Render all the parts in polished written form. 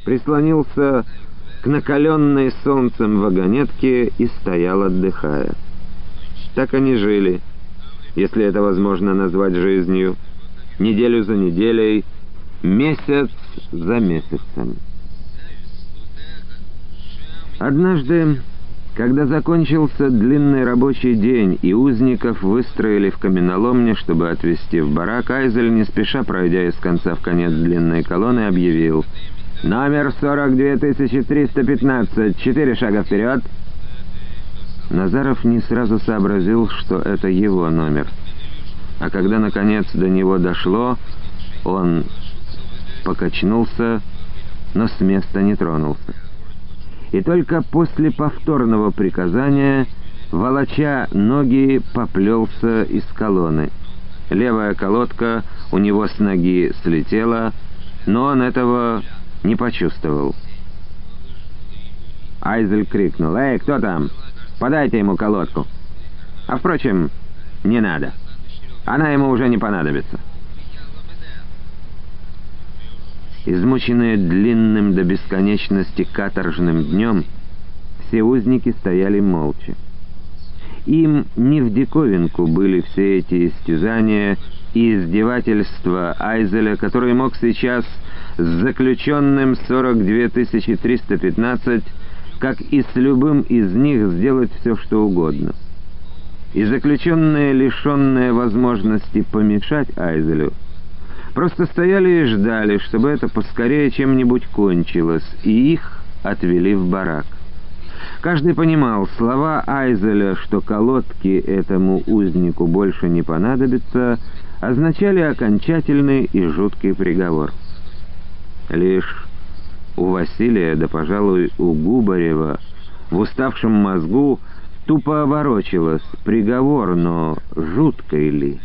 прислонился к накаленной солнцем вагонетке и стоял, отдыхая. Так они жили, если это возможно назвать жизнью, неделю за неделей, месяц за месяцем. Однажды, когда закончился длинный рабочий день и узников выстроили в каменоломне, чтобы отвезти в барак, Айзель, не спеша пройдя из конца в конец длинной колонны, объявил: «Номер 42315, 4 шага вперед!» Назаров не сразу сообразил, что это его номер. А когда, наконец, до него дошло, он покачнулся, но с места не тронулся. И только после повторного приказания, волоча ноги, поплелся из колонны. Левая колодка у него с ноги слетела, но он этого не почувствовал. Айзель крикнул: «Эй, кто там? Подайте ему колодку. А, впрочем, не надо. Она ему уже не понадобится». Измученные длинным до бесконечности каторжным днем, все узники стояли молча. Им не в диковинку были все эти истязания и издевательства Айзеля, который мог сейчас с заключенным 42315, как и с любым из них, сделать все, что угодно. И заключенные, лишенные возможности помешать Айзелю, просто стояли и ждали, чтобы это поскорее чем-нибудь кончилось, и их отвели в барак. Каждый понимал, слова Айзеля, что колодки этому узнику больше не понадобятся, означали окончательный и жуткий приговор. Лишь у Василия, да, пожалуй, у Губарева, в уставшем мозгу тупо ворочалось: приговор, но жуткий ли?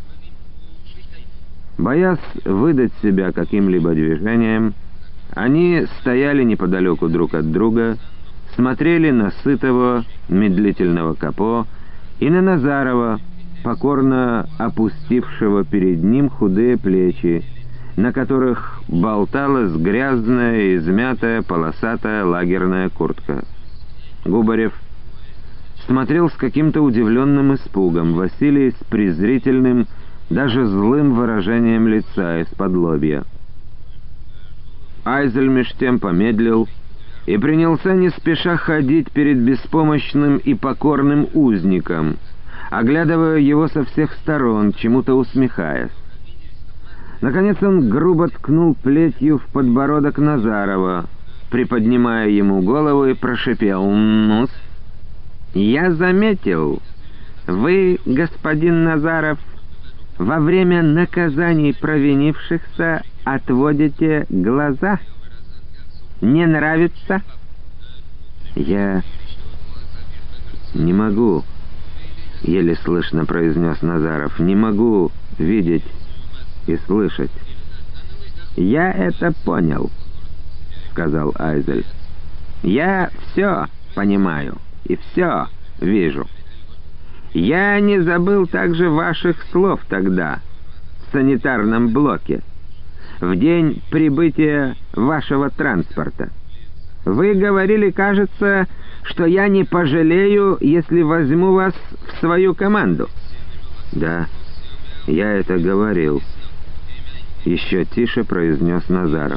Боясь выдать себя каким-либо движением, они стояли неподалеку друг от друга, смотрели на сытого, медлительного Капо и на Назарова, покорно опустившего перед ним худые плечи, на которых болталась грязная, измятая, полосатая лагерная куртка. Губарев смотрел с каким-то удивленным испугом, Василий с презрительным, даже злым выражением лица из-под лобья. Айзель меж тем помедлил и принялся не спеша ходить перед беспомощным и покорным узником, оглядывая его со всех сторон, чему-то усмехаясь. Наконец он грубо ткнул плетью в подбородок Назарова, приподнимая ему голову, и прошипел: «Ну-с, я заметил, вы, господин Назаров, во время наказаний провинившихся отводите глаза. Не нравится?» «Я не могу», — еле слышно произнес Назаров, — «не могу видеть и слышать». «Я это понял», — сказал Айзель. «Я все понимаю и все вижу. Я не забыл также ваших слов тогда, в санитарном блоке, в день прибытия вашего транспорта. Вы говорили, кажется, что я не пожалею, если возьму вас в свою команду». «Да, я это говорил», — еще тише произнес Назаров.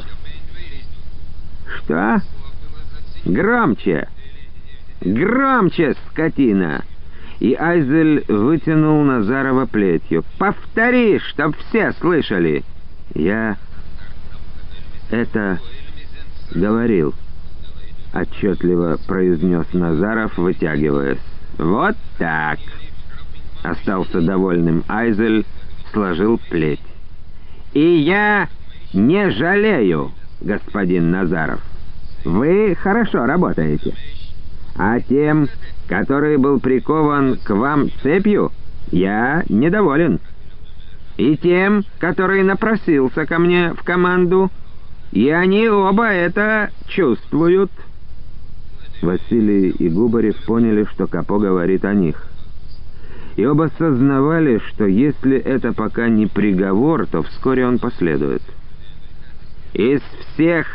«Что? Громче! Громче, скотина!» И Айзель вытянул Назарова плетью. «Повтори, чтоб все слышали!» «Я это говорил», — отчетливо произнес Назаров, вытягиваясь. «Вот так!» Остался довольным Айзель, сложил плеть. «И я не жалею, господин Назаров. Вы хорошо работаете. А тем, который был прикован к вам цепью, я недоволен. И тем, который напросился ко мне в команду, и они оба это чувствуют». Василий и Губарев поняли, что Капо говорит о них. И оба сознавали, что если это пока не приговор, то вскоре он последует. «Из всех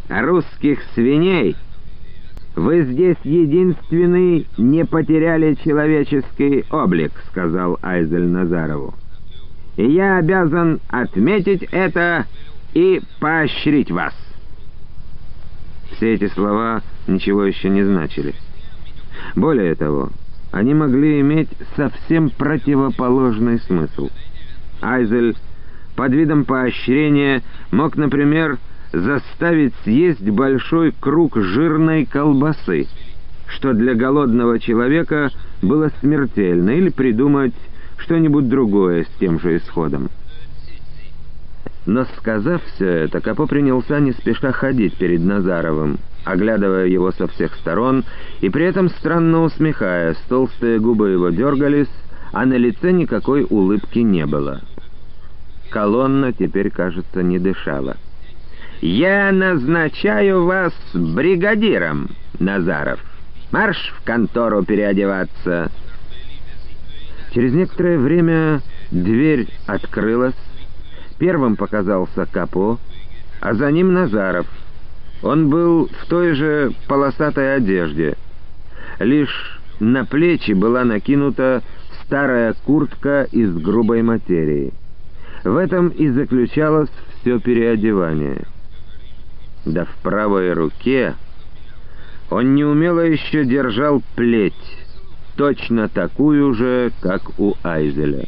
русских свиней, вы здесь единственный не потеряли человеческий облик», — сказал Айзель Назарову. «И я обязан отметить это и поощрить вас». Все эти слова ничего еще не значили. Более того, они могли иметь совсем противоположный смысл. Айзель под видом поощрения мог, например, заставить съесть большой круг жирной колбасы, что для голодного человека было смертельно, или придумать что-нибудь другое с тем же исходом. Но, сказав все это, Капо принялся не спеша ходить перед Назаровым, оглядывая его со всех сторон и при этом странно усмехаясь. Толстые губы его дергались, а на лице никакой улыбки не было. Колонна теперь, кажется, не дышала. «Я назначаю вас бригадиром, Назаров. Марш в контору переодеваться!» Через некоторое время дверь открылась. Первым показался Капо, а за ним Назаров. Он был в той же полосатой одежде. Лишь на плечи была накинута старая куртка из грубой материи. В этом и заключалось все переодевание. Да в правой руке он неумело еще держал плеть, точно такую же, как у Айзеля.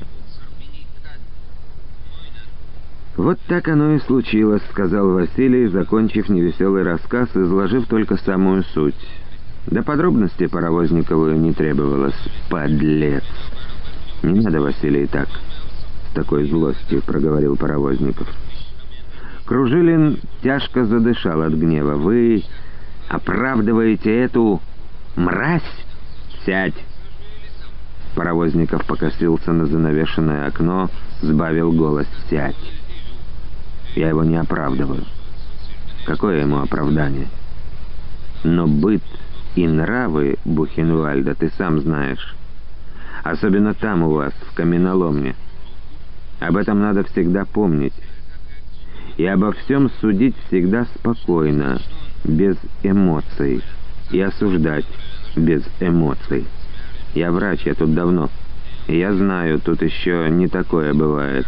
«Вот так оно и случилось», — сказал Василий, закончив невеселый рассказ, изложив только самую суть. До подробностей Паровозникову не требовалось. «Подлец!» «Не надо, Василий, так, с такой злостью», — проговорил Паровозников. Кружилин тяжко задышал от гнева. «Вы оправдываете эту мразь? Сядь!» Паровозников покосился на занавешенное окно, сбавил голос. «Сядь! Я его не оправдываю. Какое ему оправдание? Но быт и нравы Бухенвальда ты сам знаешь. Особенно там у вас, в каменоломне. Об этом надо всегда помнить. И обо всем судить всегда спокойно, без эмоций. И осуждать без эмоций. Я врач, я тут давно. И я знаю, тут еще не такое бывает».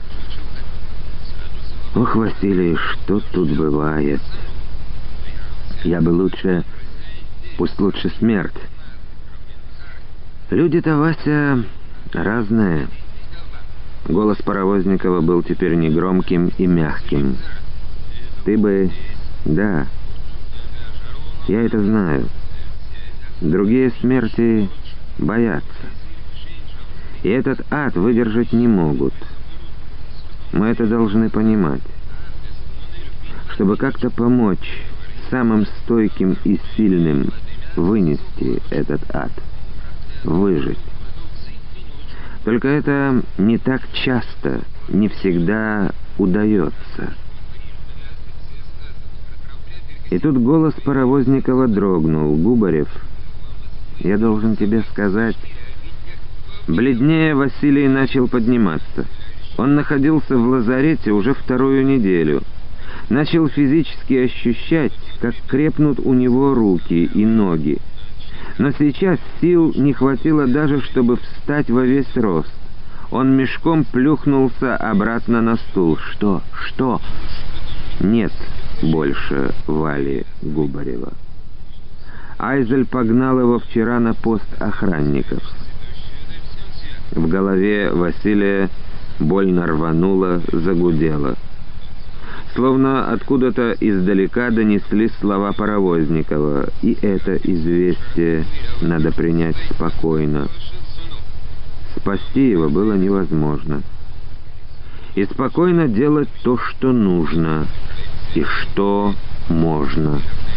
«Ох, Василий, что тут бывает? Я бы лучше... Пусть лучше смерть. Люди-то, Вася, разные». Голос Паровозникова был теперь негромким и мягким. «Ты бы... Да, я это знаю. Другие смерти боятся. И этот ад выдержать не могут. Мы это должны понимать. Чтобы как-то помочь самым стойким и сильным вынести этот ад, выжить. Только это не так часто, не всегда удается». И тут голос Паровозникова дрогнул. «Губарев, я должен тебе сказать...» Бледнее Василий начал подниматься. Он находился в лазарете уже вторую неделю. Начал физически ощущать, как крепнут у него руки и ноги. Но сейчас сил не хватило даже, чтобы встать во весь рост. Он мешком плюхнулся обратно на стул. «Что? Что?» «Нет больше Вали Губарева». Айзель погнал его вчера на пост охранников. В голове Василия больно рвануло, загудело. Словно откуда-то издалека донеслись слова Паровозникова. И это известие надо принять спокойно. Спасти его было невозможно. И спокойно делать то, что нужно, и что можно.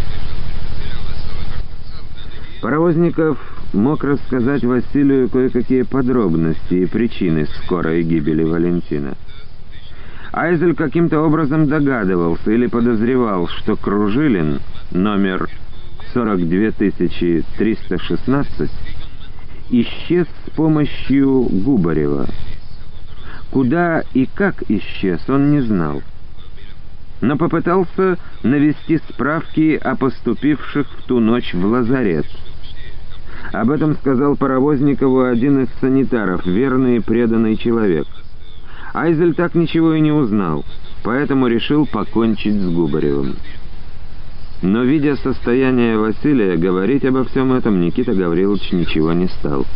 Паровозников мог рассказать Василию кое-какие подробности и причины скорой гибели Валентина. Айзель каким-то образом догадывался или подозревал, что Кружилин, номер 42316, исчез с помощью Губарева. Куда и как исчез, он не знал. но попытался навести справки о поступивших в ту ночь в лазарет. Об этом сказал Паровозникову один из санитаров, верный и преданный человек. Айзель так ничего и не узнал, поэтому решил покончить с Губаревым. Но, видя состояние Василия, говорить обо всем этом Никита Гаврилович ничего не стал.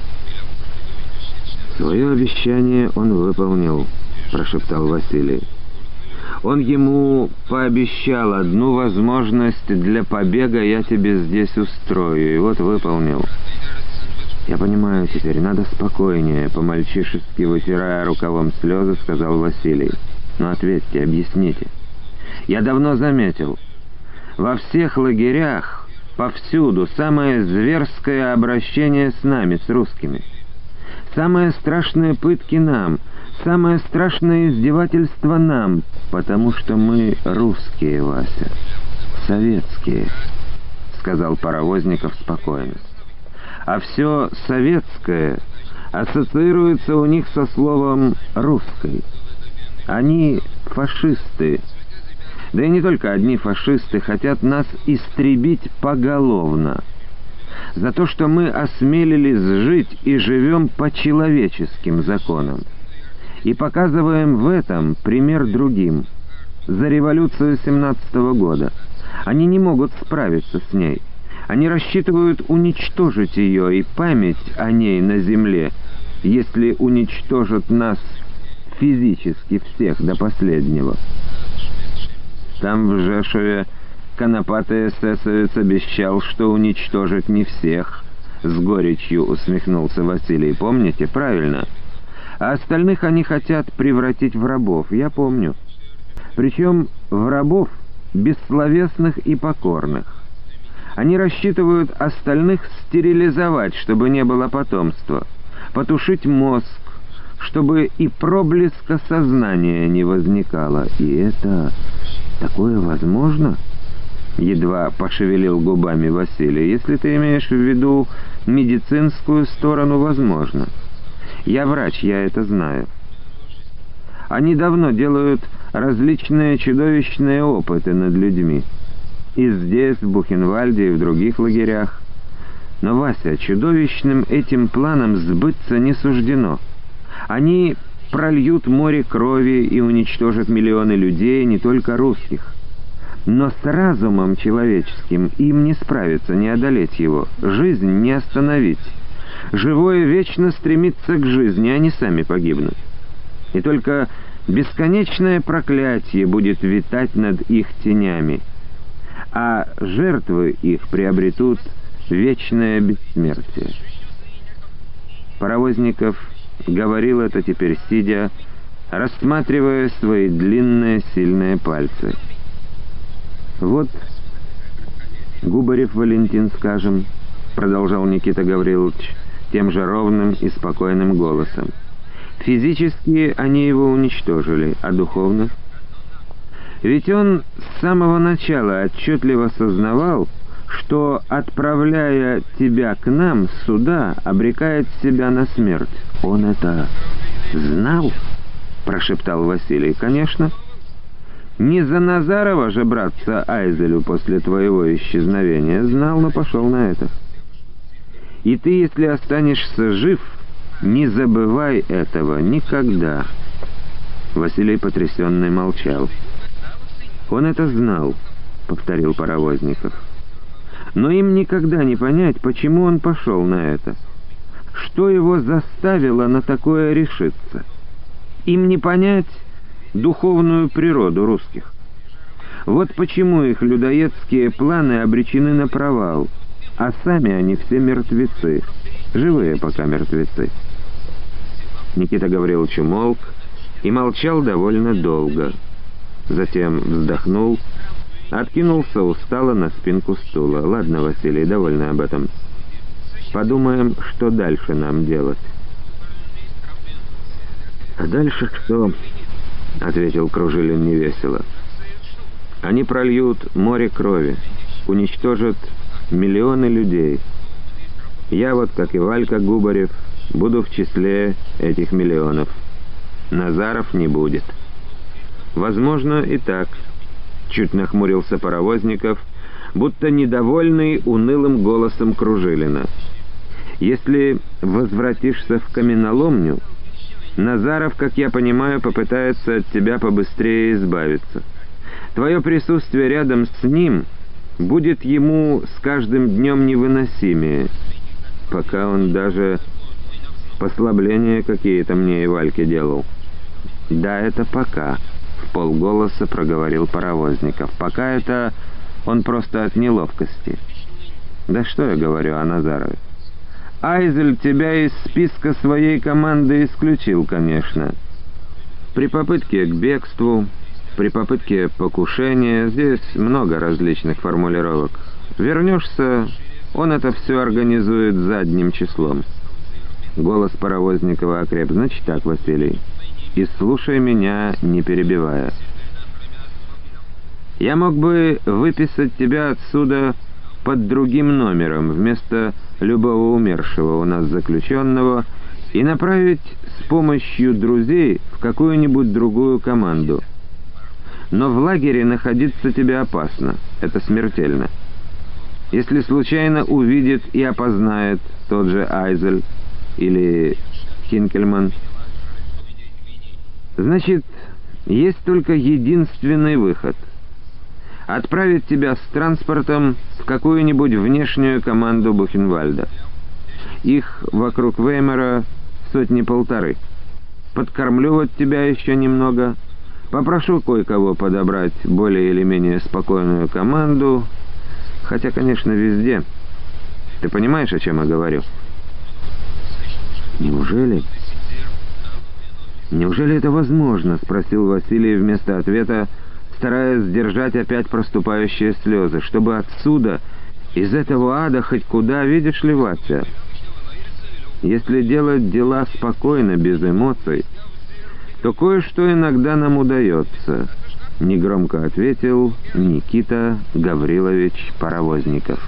«Свое обещание он выполнил», — прошептал Василий. «Он ему пообещал: одну возможность для побега я тебе здесь устрою, и вот выполнил». «Я понимаю теперь, надо спокойнее», — по-мальчишески вытирая рукавом слезы, сказал Василий. «Но ответьте, объясните. Я давно заметил, во всех лагерях, повсюду, самое зверское обращение с нами, с русскими. Самые страшные пытки нам, самое страшное издевательство нам, потому что мы русские, Вася, советские», — сказал Паровозников спокойно. «А все советское ассоциируется у них со словом «русской». Они фашисты. Да и не только одни фашисты хотят нас истребить поголовно. За то, что мы осмелились жить и живем по человеческим законам. И показываем в этом пример другим. За революцию 17-го года. Они не могут справиться с ней. Они рассчитывают уничтожить ее и память о ней на земле, если уничтожат нас физически всех до последнего. Там в Жешове конопатый эсэсовец обещал, что уничтожит не всех. С горечью усмехнулся Василий. Помните? Правильно. А остальных они хотят превратить в рабов, я помню. Причем в рабов бессловесных и покорных. Они рассчитывают остальных стерилизовать, чтобы не было потомства, потушить мозг, чтобы и проблеска сознания не возникало. И это такое возможно? Едва пошевелил губами Василий. Если ты имеешь в виду медицинскую сторону, возможно. Я врач, я это знаю. Они давно делают различные чудовищные опыты над людьми. И здесь, в Бухенвальде, и в других лагерях. Но, Вася, чудовищным этим планам сбыться не суждено. Они прольют море крови и уничтожат миллионы людей, не только русских. Но с разумом человеческим им не справиться, не одолеть его. Жизнь не остановить. Живое вечно стремится к жизни, они сами погибнут. И только бесконечное проклятие будет витать над их тенями. А жертвы их приобретут вечное бессмертие. Паровозников говорил это теперь сидя, рассматривая свои длинные сильные пальцы. «Вот Губарев Валентин, скажем», — продолжал Никита Гаврилович тем же ровным и спокойным голосом. «Физически они его уничтожили, а духовно? Ведь он с самого начала отчетливо сознавал, что, отправляя тебя к нам сюда, обрекает себя на смерть. Он это знал?» — прошептал Василий. «Конечно. Не за Назарова же браться Айзелю после твоего исчезновения. Знал, но пошел на это. И ты, если останешься жив, не забывай этого никогда». Василий потрясенный молчал. «Он это знал», — повторил Паровозников. «Но им никогда не понять, почему он пошел на это. Что его заставило на такое решиться? Им не понять духовную природу русских. Вот почему их людоедские планы обречены на провал, а сами они все мертвецы, живые пока мертвецы». Никита Гаврилович умолк и молчал довольно долго. Затем вздохнул, откинулся устало на спинку стула. «Ладно, Василий, довольно об этом. Подумаем, что дальше нам делать». «А дальше что?» — ответил Кружилин невесело. «Они прольют море крови, уничтожат миллионы людей. Я вот, как и Валька Губарев, буду в числе этих миллионов. Назаров не будет. Возможно и так. чуть нахмурился Паровозников, будто недовольный унылым голосом Кружилина. «Если возвратишься в каменоломню, Назаров, как я понимаю, попытается от тебя побыстрее избавиться. Твое присутствие рядом с ним будет ему с каждым днем невыносимее, пока он даже послабления какие-то мне и Вальке делал». «Да, это пока», — вполголоса проговорил Паровозников. «Пока это он просто от неловкости». «Да что я говорю о Назарове? Айзель тебя из списка своей команды исключил, конечно. При попытке к бегству, при попытке покушения, здесь много различных формулировок. Вернешься, он это все организует задним числом». Голос Паровозникова окреп. «Значит так, Василий, и слушай меня, не перебивая. Я мог бы выписать тебя отсюда под другим номером, вместо любого умершего у нас заключенного, и направить с помощью друзей в какую-нибудь другую команду. Но в лагере находиться тебе опасно, это смертельно. Если случайно увидит и опознает тот же Айзель или Хинкельман, значит, есть только единственный выход — отправить тебя с транспортом в какую-нибудь внешнюю команду Бухенвальда. Их вокруг Веймара 100-1,5. Подкормлю вот тебя еще немного, попрошу кое-кого подобрать более или менее спокойную команду, хотя, конечно, везде. Ты понимаешь, о чем я говорю?» «Неужели это возможно?» — спросил Василий вместо ответа, стараясь сдержать опять проступающие слезы. «Чтобы отсюда, из этого ада, хоть куда, видишь ли, Вася? Если делать дела спокойно, без эмоций, то кое-что иногда нам удается», — негромко ответил Никита Гаврилович Паровозников.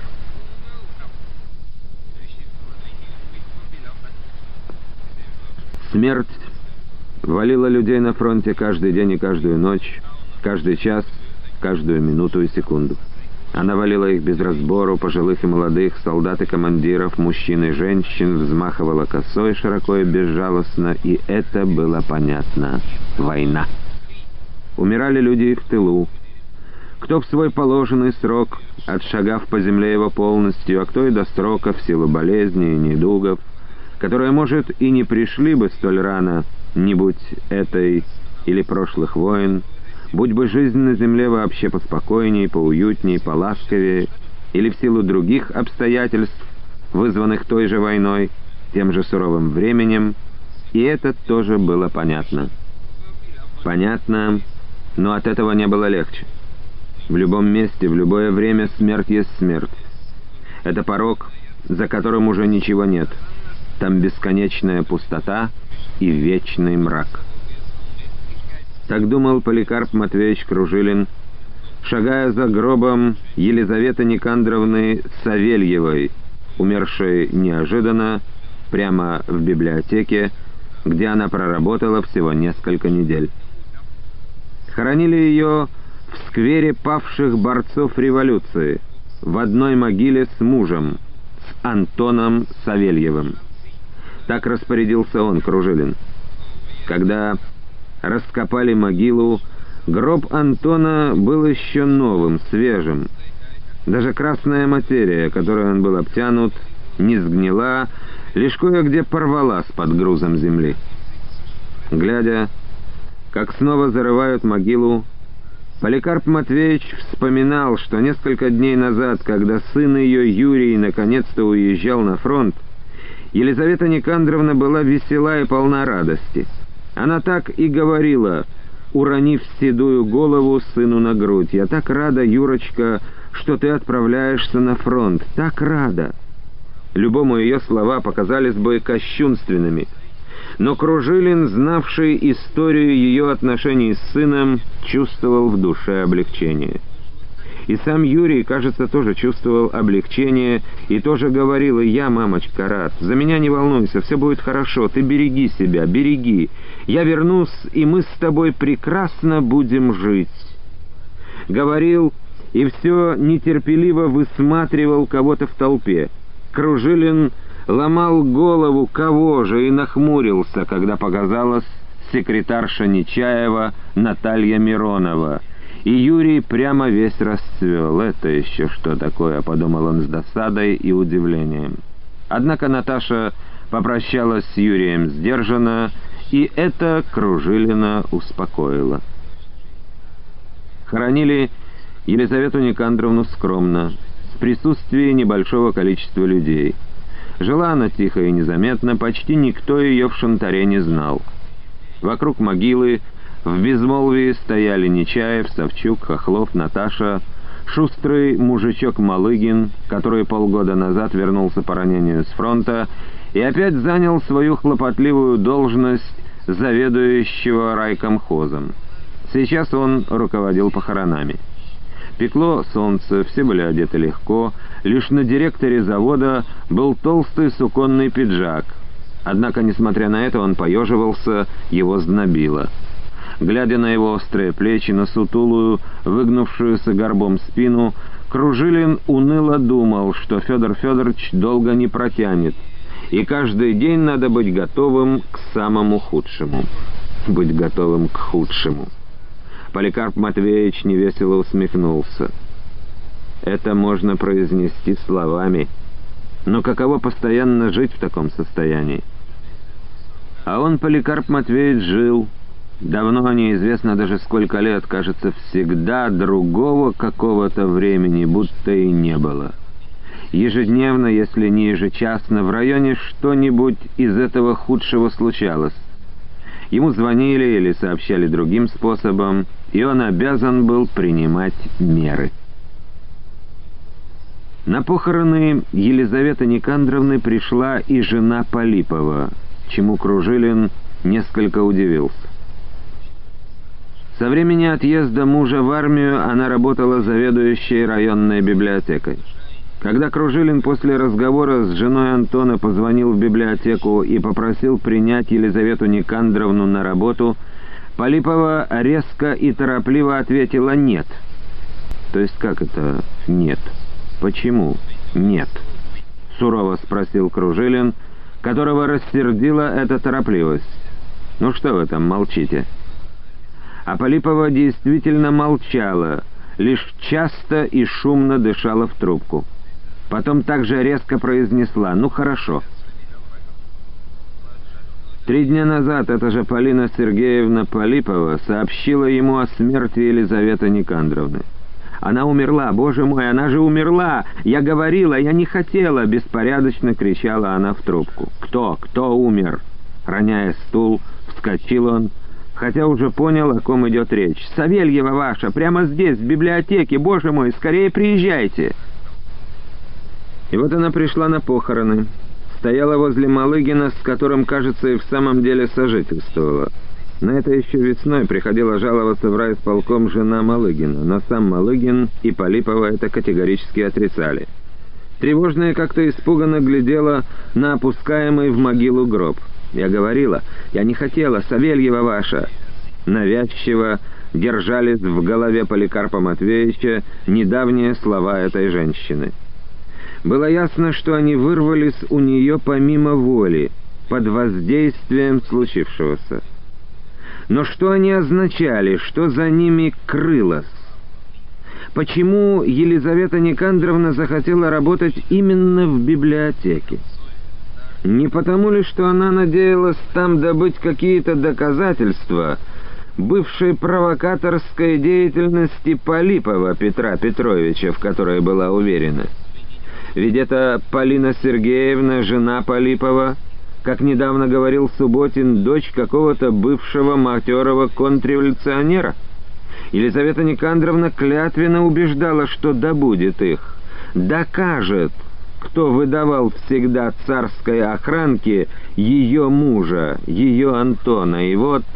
Смерть валила людей на фронте каждый день и каждую ночь, каждый час, каждую минуту и секунду. Она валила их без разбору, пожилых и молодых, солдат и командиров, мужчин и женщин, взмахивала косой широко и безжалостно, и это было понятно. Война. Умирали люди и в тылу. Кто в свой положенный срок, отшагав по земле его полностью, а кто и до срока в силу болезней и недугов, которые, может, и не пришли бы столь рано, не будь этой или прошлых войн, будь бы жизнь на земле вообще поспокойней, поуютней, поласковее, или в силу других обстоятельств, вызванных той же войной, тем же суровым временем, и это тоже было понятно. Понятно, но от этого не было легче. В любом месте, в любое время смерть есть смерть. Это порог, за которым уже ничего нет. Там бесконечная пустота и вечный мрак. Так думал Поликарп Матвеевич Кружилин, шагая за гробом Елизаветы Никандровны Савельевой, умершей неожиданно прямо в библиотеке, где она проработала всего несколько недель. Хоронили ее в сквере павших борцов революции, в одной могиле с мужем, с Антоном Савельевым. Так распорядился он, Кружилин. Когда раскопали могилу, гроб Антона был еще новым, свежим. Даже красная материя, которой он был обтянут, не сгнила, лишь кое-где порвалась под грузом земли. Глядя, как снова зарывают могилу, Поликарп Матвеевич вспоминал, что несколько дней назад, когда сын ее Юрий наконец-то уезжал на фронт, Елизавета Никандровна была весела и полна радости. Она так и говорила, уронив седую голову сыну на грудь: «Я так рада, Юрочка, что ты отправляешься на фронт, так рада». Любому ее слова показались бы кощунственными, но Кружилин, знавший историю ее отношений с сыном, чувствовал в душе облегчение. И сам Юрий, кажется, тоже чувствовал облегчение и тоже говорил: «И я, мамочка, рад. За меня не волнуйся, все будет хорошо. Ты береги себя, береги. Я вернусь, и мы с тобой прекрасно будем жить». говорил и все нетерпеливо высматривал кого-то в толпе. Кружилин ломал голову, кого же, и нахмурился, когда показалась секретарша Нечаева Наталья Миронова. И Юрий прямо весь расцвел. «Это еще что такое?» — подумал он с досадой и удивлением. Однако Наташа попрощалась с Юрием сдержанно, и это Кружилина успокоило. Хоронили Елизавету Никандровну скромно, в присутствии небольшого количества людей. Жила она тихо и незаметно, почти никто ее в Шантаре не знал. Вокруг могилы в безмолвии стояли Нечаев, Савчук, Хохлов, Наташа, шустрый мужичок Малыгин, который полгода назад вернулся по ранению с фронта и опять занял свою хлопотливую должность заведующего райкомхозом. Сейчас он руководил похоронами. Пекло солнце, все были одеты легко, лишь на директоре завода был толстый суконный пиджак. Однако, несмотря на это, он поеживался, его знобило. Глядя на его острые плечи, на сутулую, выгнувшуюся горбом спину, Кружилин уныло думал, что Федор Федорович долго не протянет, и каждый день надо быть готовым к самому худшему. Быть готовым к худшему. Поликарп Матвеевич невесело усмехнулся. Это можно произнести словами, но каково постоянно жить в таком состоянии? А он, Поликарп Матвеевич, жил. Давно, неизвестно даже сколько лет, кажется, всегда другого какого-то времени будто и не было. Ежедневно, если не ежечасно, в районе что-нибудь из этого худшего случалось. Ему звонили или сообщали другим способом, и он обязан был принимать меры. На похороны Елизаветы Никандровны пришла и жена Полипова, чему Кружилин несколько удивился. Со времени отъезда мужа в армию она работала заведующей районной библиотекой. Когда Кружилин после разговора с женой Антона позвонил в библиотеку и попросил принять Елизавету Никандровну на работу, Полипова резко и торопливо ответила «нет». То есть как это «нет»? Почему «нет»? Сурово спросил Кружилин, которого рассердила эта торопливость. «Ну что вы там молчите?» А Полипова действительно молчала, лишь часто и шумно дышала в трубку. Потом также резко произнесла «ну хорошо». 3 дня назад эта же Полина Сергеевна Полипова сообщила ему о смерти Елизаветы Никандровны. «Она умерла, боже мой, она же умерла! Я говорила, я не хотела!» — беспорядочно кричала она в трубку. Кто умер?» Роняя стул, вскочил он, хотя уже понял, о ком идет речь. «Савельева ваша, прямо здесь, в библиотеке, боже мой, скорее приезжайте!» И вот она пришла на похороны. Стояла возле Малыгина, с которым, кажется, и в самом деле сожительствовала. На это еще весной приходила жаловаться в райисполком жена Малыгина, но сам Малыгин и Полипова это категорически отрицали. Тревожная как-то испуганно глядела на опускаемый в могилу гроб. «Я говорила, я не хотела, Савельева ваша!» Навязчиво держались в голове Поликарпа Матвеевича недавние слова этой женщины. Было ясно, что они вырвались у нее помимо воли, под воздействием случившегося. Но что они означали, что за ними крылось? Почему Елизавета Никандровна захотела работать именно в библиотеке? Не потому ли, что она надеялась там добыть какие-то доказательства бывшей провокаторской деятельности Полипова Петра Петровича, в которой была уверена? Ведь это Полина Сергеевна, жена Полипова, как недавно говорил Субботин, дочь какого-то бывшего матерого контрреволюционера. Елизавета Никандровна клятвенно убеждала, что добудет их, докажет, кто выдавал всегда царской охранке ее мужа, ее Антона. И вот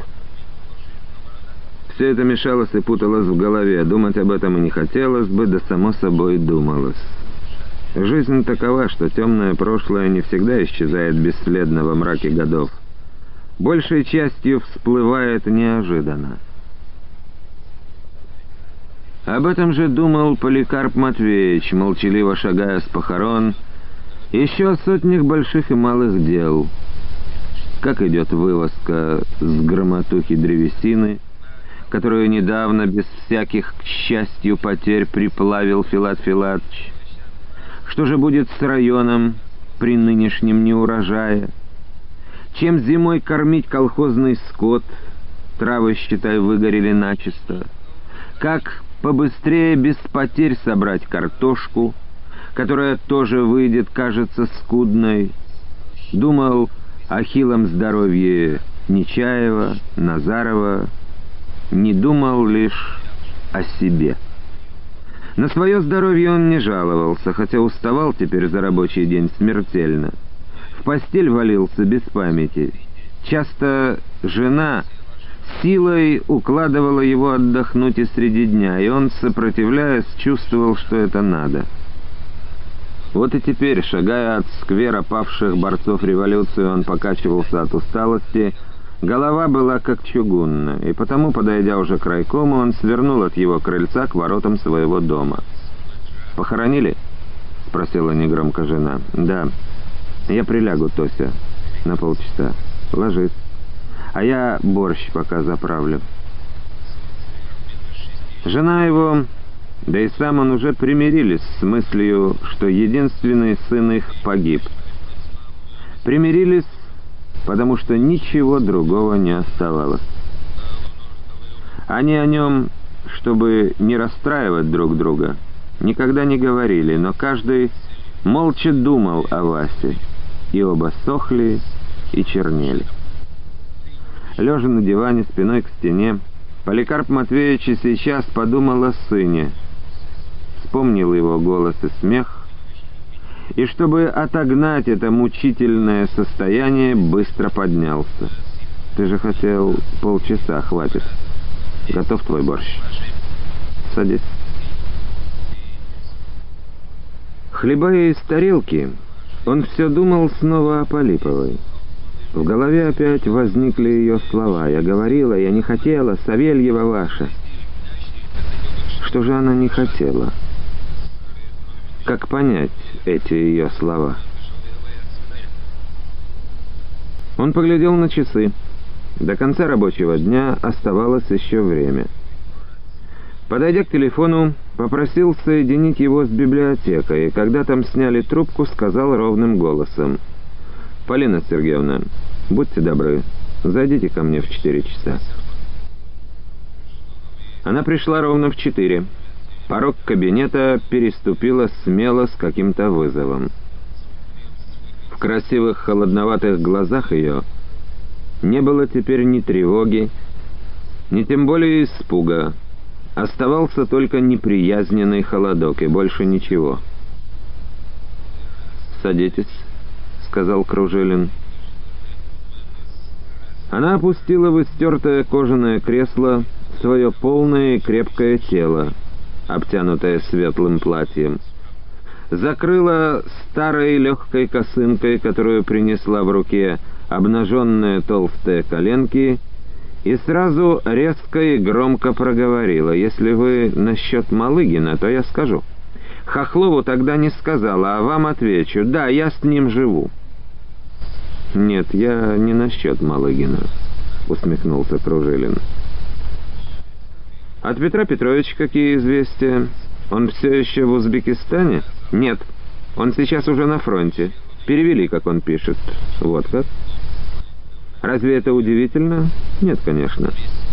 все это мешалось и путалось в голове. Думать об этом и не хотелось бы, да само собой думалось. Жизнь такова, что темное прошлое не всегда исчезает бесследно во мраке годов. Большей частью всплывает неожиданно. Об этом же думал Поликарп Матвеевич, молчаливо шагая с похорон, еще о сотнях больших и малых дел. Как идет вывозка с громотухи древесины, которую недавно, без всяких, к счастью, потерь, приплавил Филат Филатович? Что же будет с районом при нынешнем неурожае? Чем зимой кормить колхозный скот? Травы, считай, выгорели начисто. Как побыстрее без потерь собрать картошку, которая тоже выйдет, кажется, скудной? Думал о хилом здоровье Нечаева, Назарова, не думал лишь о себе. На свое здоровье он не жаловался, хотя уставал теперь за рабочий день смертельно. В постель валился без памяти. Часто жена силой укладывала его отдохнуть и среди дня, и он, сопротивляясь, чувствовал, что это надо. Вот и теперь, шагая от сквера павших борцов революции, он покачивался от усталости. Голова была как чугунная, и потому, подойдя уже к райкому, он свернул от его крыльца к воротам своего дома. «Похоронили?» — спросила негромко жена. «Да. Я прилягу, Тося, на полчаса. Ложись. А я борщ пока заправлю». Жена его, да и сам он уже примирились с мыслью, что единственный сын их погиб. Примирились, потому что ничего другого не оставалось. Они о нем, чтобы не расстраивать друг друга, никогда не говорили, но каждый молча думал о Васе, и оба сохли и чернели. Лежа на диване спиной к стене, Поликарп Матвеевич и сейчас подумал о сыне, вспомнил его голос и смех, и, чтобы отогнать это мучительное состояние, быстро поднялся. «Ты же хотел полчаса, хватит. Готов твой борщ? Садись». Хлебая из тарелки, он все думал снова о Полиповой. В голове опять возникли ее слова. «Я говорила, я не хотела, Савельева ваша». Что же она не хотела? Как понять эти ее слова? Он поглядел на часы. До конца рабочего дня оставалось еще время. Подойдя к телефону, попросил соединить его с библиотекой, и когда там сняли трубку, сказал ровным голосом: «Полина Сергеевна, будьте добры, зайдите ко мне в 4 часа». Она пришла ровно в 4. Порог кабинета переступила смело с каким-то вызовом. В красивых холодноватых глазах ее не было теперь ни тревоги, ни тем более испуга. Оставался только неприязненный холодок, и больше ничего. «Садитесь», — сказал Кружилин. Она опустила в истертое кожаное кресло свое полное и крепкое тело, обтянутое светлым платьем, закрыла старой легкой косынкой, которую принесла в руке, обнаженные толстые коленки, и сразу резко и громко проговорила: «Если вы насчет Малыгина, то я скажу. Хохлову тогда не сказала, а вам отвечу: да, я с ним живу». «Нет, я не насчет Малыгина», — усмехнулся Кружилин. «От Петра Петровича какие известия? Он все еще в Узбекистане?» «Нет, он сейчас уже на фронте. Перевели, как он пишет». «Вот как? Разве это удивительно?» «Нет, конечно».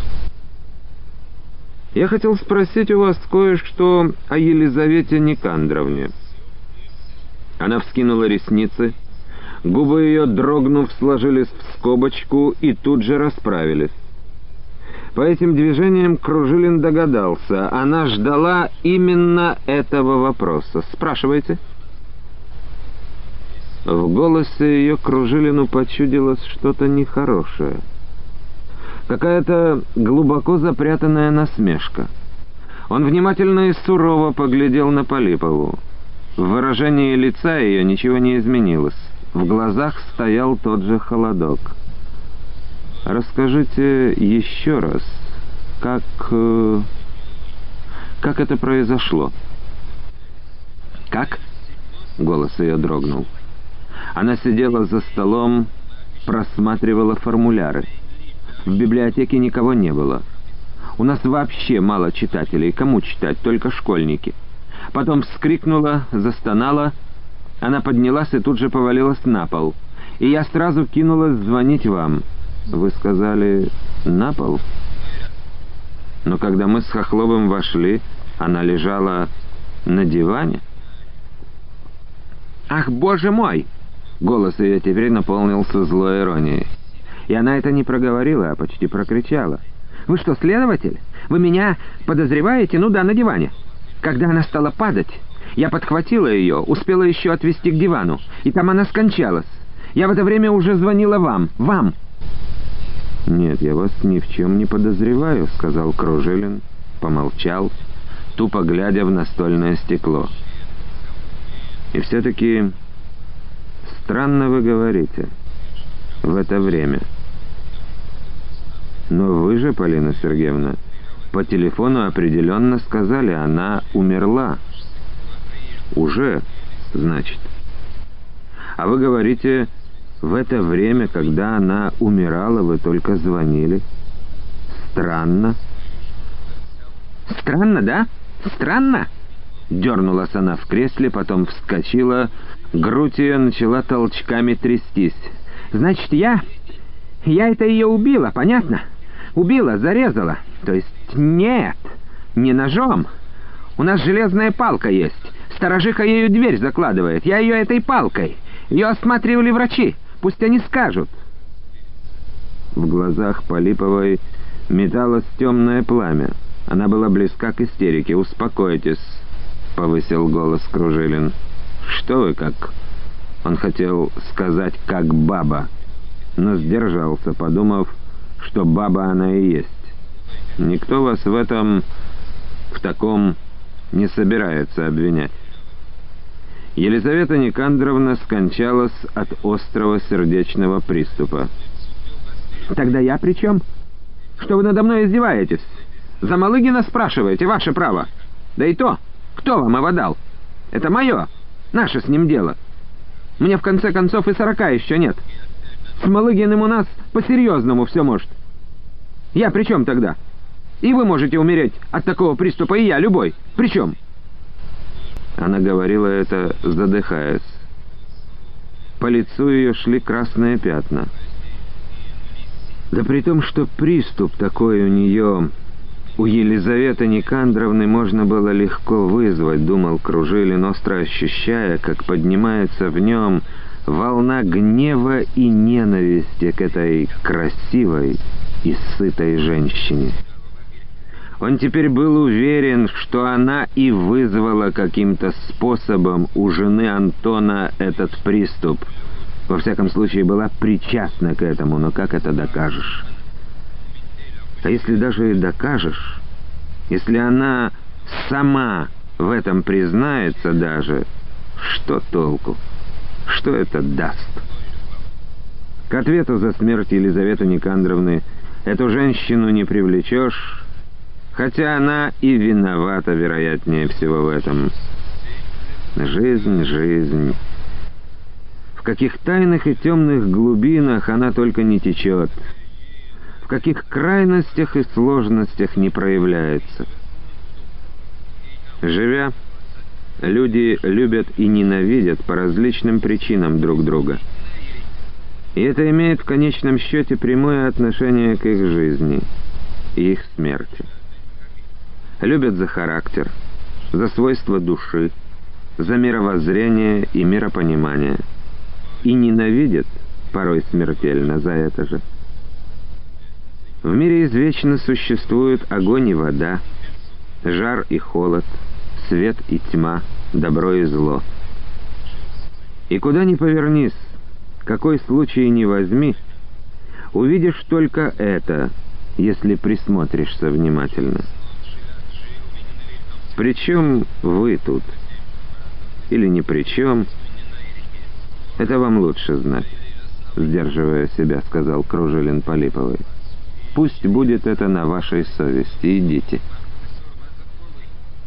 «Я хотел спросить у вас кое-что о Елизавете Никандровне». Она вскинула ресницы, губы ее, дрогнув, сложились в скобочку и тут же расправились. По этим движениям Кружилин догадался, она ждала именно этого вопроса. «Спрашивайте». В голосе ее Кружилину почудилось что-то нехорошее. Какая-то глубоко запрятанная насмешка. Он внимательно и сурово поглядел на Полипову. В выражении лица ее ничего не изменилось. В глазах стоял тот же холодок. «Расскажите еще раз, как Как это произошло?» «Как?» — голос ее дрогнул. Она сидела за столом, просматривала формуляры. В библиотеке никого не было. У нас вообще мало читателей. Кому читать? Только школьники. Потом вскрикнула, застонала. Она поднялась и тут же повалилась на пол. И я сразу кинулась звонить вам. Вы сказали, на пол? Но когда мы с Хохловым вошли, она лежала на диване. «Ах, боже мой!» Голос ее теперь наполнился злой иронией. И она это не проговорила, а почти прокричала. «Вы что, следователь? Вы меня подозреваете? Ну да, на диване. Когда она стала падать, я подхватила ее, успела еще отвезти к дивану, и там она скончалась. Я в это время уже звонила вам. Вам!» «Нет, я вас ни в чем не подозреваю», — сказал Кружилин, помолчал, тупо глядя в настольное стекло. «И все-таки странно вы говорите. В это время. Но вы же, Полина Сергеевна, по телефону определенно сказали, она умерла. Уже, значит. А вы говорите, в это время, когда она умирала, вы только звонили. Странно». «Странно, да? Странно?» Дернулась она в кресле, потом вскочила, грудь ее начала толчками трястись. «Значит, я это ее убила, понятно? Убила, зарезала. То есть нет, не ножом. У нас железная палка есть. Сторожиха ею дверь закладывает. Я ее этой палкой. Ее осматривали врачи. Пусть они скажут». В глазах Полиповой металось темное пламя. Она была близка к истерике. «Успокойтесь», — повысил голос Кружилин. «Что вы как...» Он хотел сказать «как баба», но сдержался, подумав, что баба она и есть. Никто вас в таком не собирается обвинять. Елизавета Никандровна скончалась от острого сердечного приступа. «Тогда я при чем? Что вы надо мной издеваетесь? За Малыгина спрашиваете, ваше право. Да и то, кто вам его дал? Это мое, наше с ним дело. Мне в конце концов и 40 еще нет. С Малыгиным у нас по-серьезному все может. Я при чем тогда? И вы можете умереть от такого приступа, и я, любой. При чем?» Она говорила это, задыхаясь. По лицу ее шли красные пятна. Да при том, что приступ такой у нее, у Елизаветы Никандровны, можно было легко вызвать, думал Кружилин, остро ощущая, как поднимается в нем волна гнева и ненависти к этой красивой и сытой женщине. Он теперь был уверен, что она и вызвала каким-то способом у жены Антона этот приступ. Во всяком случае, была причастна к этому, но как это докажешь? А если даже и докажешь, если она сама в этом признается даже, что толку? Что это даст? К ответу за смерть Елизаветы Никандровны эту женщину не привлечешь, хотя она и виновата, вероятнее всего, в этом. Жизнь, жизнь. В каких тайных и темных глубинах она только не течет, в каких крайностях и сложностях не проявляется. Живя, люди любят и ненавидят по различным причинам друг друга. И это имеет в конечном счете прямое отношение к их жизни и их смерти. Любят за характер, за свойства души, за мировоззрение и миропонимание. И ненавидят, порой смертельно, за это же. В мире извечно существуют огонь и вода, жар и холод, свет и тьма, добро и зло. И куда ни повернись, какой случай ни возьми, увидишь только это, если присмотришься внимательно. Причем вы тут? Или ни при чем? Это вам лучше знать, сдерживая себя, сказал Кружилин Полиповой. Пусть будет это на вашей совести. Идите.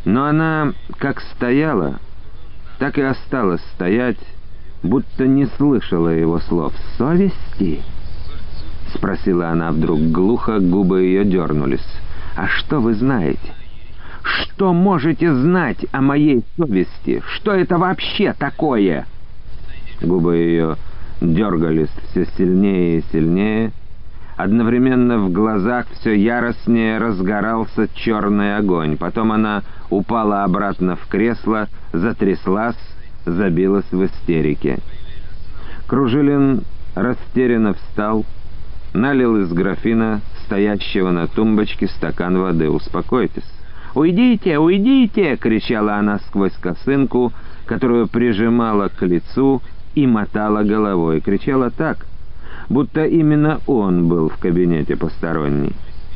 Но она как стояла, так и осталась стоять, будто не слышала его слов. «Совести?» — спросила она вдруг глухо, губы ее дернулись. «А что вы знаете? Что можете знать о моей совести? Что это вообще такое?» Губы ее дергались все сильнее и сильнее. Одновременно в глазах все яростнее разгорался черный огонь. Потом она упала обратно в кресло, затряслась, забилась в истерике. Кружилин растерянно встал, налил из графина, стоящего на тумбочке, стакан воды. «Успокойтесь». «Уйдите, уйдите!» — кричала она сквозь косынку, которую прижимала к лицу и мотала головой. Кричала так, будто именно он был в кабинете посторонний.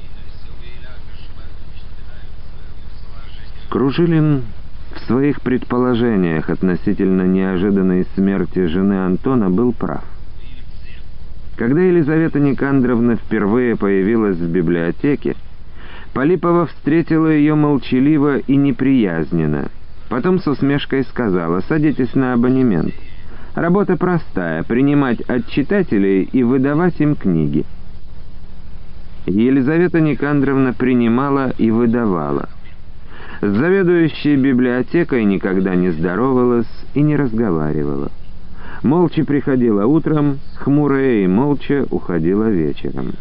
Кружилин в своих предположениях относительно неожиданной смерти жены Антона был прав. Когда Елизавета Никандровна впервые появилась в библиотеке, Полипова встретила ее молчаливо и неприязненно. Потом с усмешкой сказала: «Садитесь на абонемент. Работа простая — принимать от читателей и выдавать им книги». Елизавета Никандровна принимала и выдавала. С заведующей библиотекой никогда не здоровалась и не разговаривала. Молча приходила утром, хмурая, и молча уходила вечером.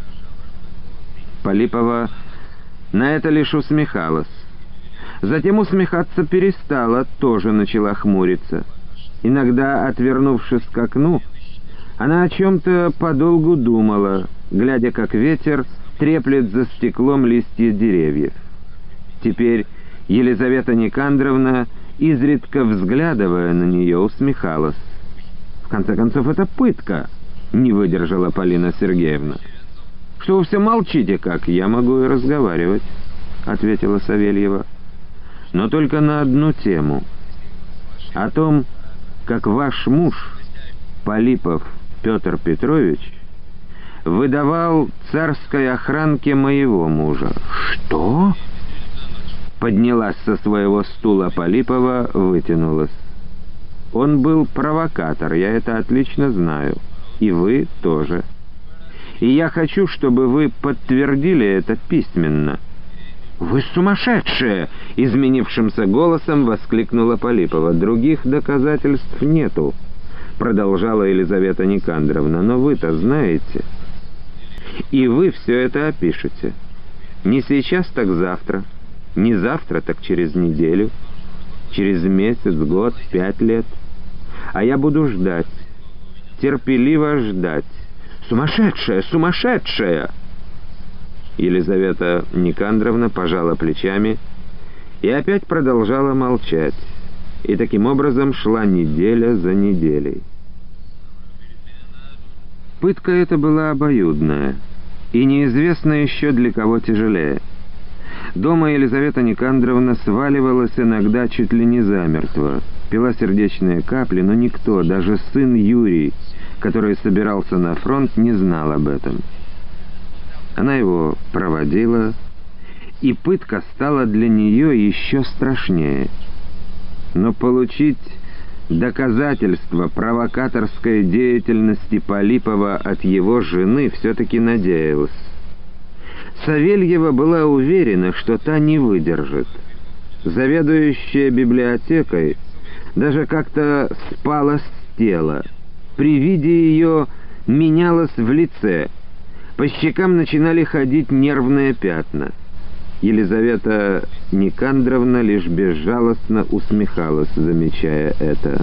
Полипова на это лишь усмехалась. Затем усмехаться перестала, тоже начала хмуриться. Иногда, отвернувшись к окну, она о чем-то подолгу думала, глядя, как ветер треплет за стеклом листья деревьев. Теперь Елизавета Никандровна, изредка взглядывая на нее, усмехалась. «В конце концов, это пытка», — не выдержала Полина Сергеевна. «Что вы все молчите, как? Я могу и разговаривать», — ответила Савельева. «Но только на одну тему. О том, как ваш муж, Полипов Петр Петрович, выдавал царской охранке моего мужа». «Что?» Поднялась со своего стула Полипова, вытянулась. «Он был провокатор, я это отлично знаю. И вы тоже. И я хочу, чтобы вы подтвердили это письменно». «Вы сумасшедшие!» — изменившимся голосом воскликнула Полипова. «Других доказательств нету», — продолжала Елизавета Никандровна. «Но вы-то знаете. И вы все это опишете. Не сейчас, так завтра. Не завтра, так через неделю. Через месяц, год, 5 лет. А я буду ждать. Терпеливо ждать. Сумасшедшая! Сумасшедшая!» Елизавета Никандровна пожала плечами и опять продолжала молчать. И таким образом шла неделя за неделей. Пытка эта была обоюдная, и неизвестно еще для кого тяжелее. Дома Елизавета Никандровна сваливалась иногда чуть ли не замертво, пила сердечные капли, но никто, даже сын Юрий, который собирался на фронт, не знал об этом. Она его проводила, и пытка стала для нее еще страшнее. Но получить доказательства провокаторской деятельности Полипова от его жены все-таки надеялась. Савельева была уверена, что та не выдержит. Заведующая библиотекой даже как-то спала с тела. При виде ее менялась в лице. По щекам начинали ходить нервные пятна. Елизавета Никандровна лишь безжалостно усмехалась, замечая это.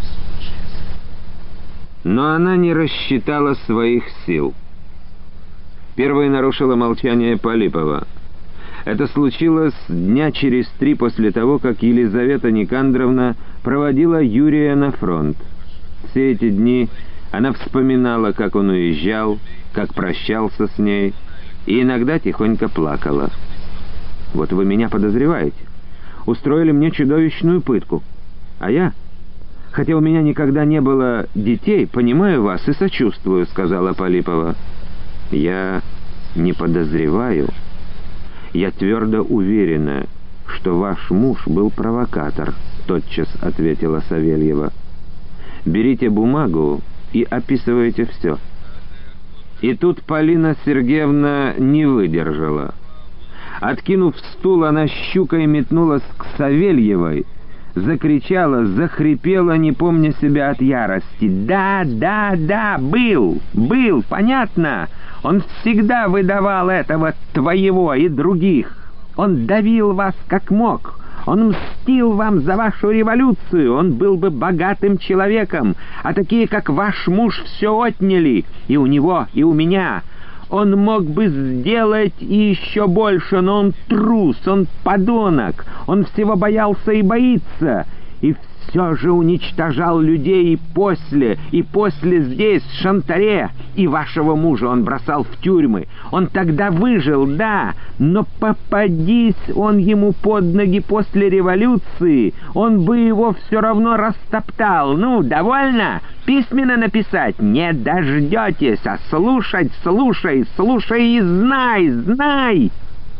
Но она не рассчитала своих сил. Первой нарушила молчание Полипова. Это случилось дня через 3 после того, как Елизавета Никандровна проводила Юрия на фронт. Все эти дни она вспоминала, как он уезжал, как прощался с ней, и иногда тихонько плакала. «Вот вы меня подозреваете. Устроили мне чудовищную пытку. А я, хотя у меня никогда не было детей, понимаю вас и сочувствую», — сказала Полипова. «Я не подозреваю. Я твердо уверена, что ваш муж был провокатор», — тотчас ответила Савельева. «Берите бумагу и описывайте все». И тут Полина Сергеевна не выдержала. Откинув стул, она щукой метнулась к Савельевой, закричала, захрипела, не помня себя от ярости. «Да, был, понятно? Он всегда выдавал этого твоего и других. Он давил вас как мог. Он мстил вам за вашу революцию. Он был бы богатым человеком, а такие, как ваш муж, все отняли. И у него, и у меня. Он мог бы сделать и еще больше, но он трус, он подонок. Он всего боялся и боится. И все же уничтожал людей и после здесь, в Шантаре. И вашего мужа он бросал в тюрьмы. Он тогда выжил, да, но попадись он ему под ноги после революции, он бы его все равно растоптал. Ну, довольно? Письменно написать? Не дождетесь, а слушай и знай.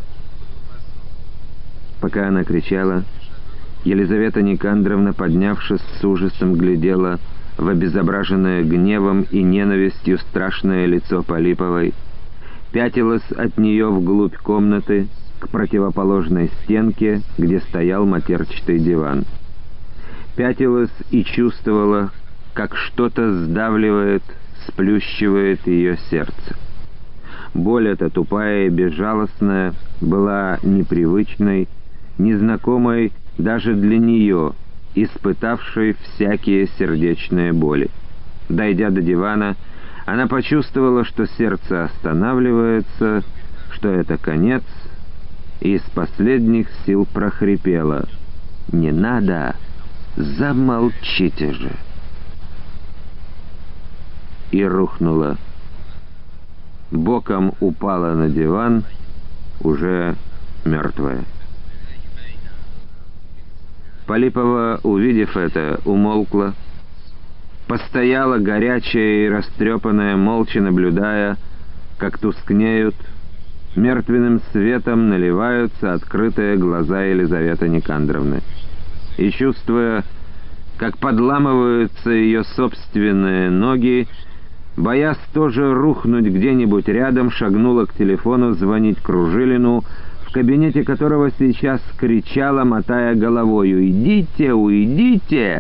Пока она кричала, Елизавета Никандровна, поднявшись, с ужасом глядела в обезображенное гневом и ненавистью страшное лицо Полиповой, пятилась от нее вглубь комнаты к противоположной стенке, где стоял матерчатый диван. Пятилась и чувствовала, как что-то сдавливает, сплющивает ее сердце. Боль эта, тупая и безжалостная, была непривычной, незнакомой даже для нее, испытавшей всякие сердечные боли. Дойдя до дивана, она почувствовала, что сердце останавливается, что это конец, и из последних сил прохрипела: «Не надо, замолчите же!» И рухнула. Боком упала на диван, уже мертвая. Полипова, увидев это, умолкла, постояла горячая и растрепанная, молча наблюдая, как тускнеют, мертвенным светом наливаются открытые глаза Елизаветы Никандровны. И чувствуя, как подламываются ее собственные ноги, боясь тоже рухнуть где-нибудь рядом, шагнула к телефону звонить Кружилину, в кабинете которого сейчас кричала, мотая головой: «Уйдите, уйдите!»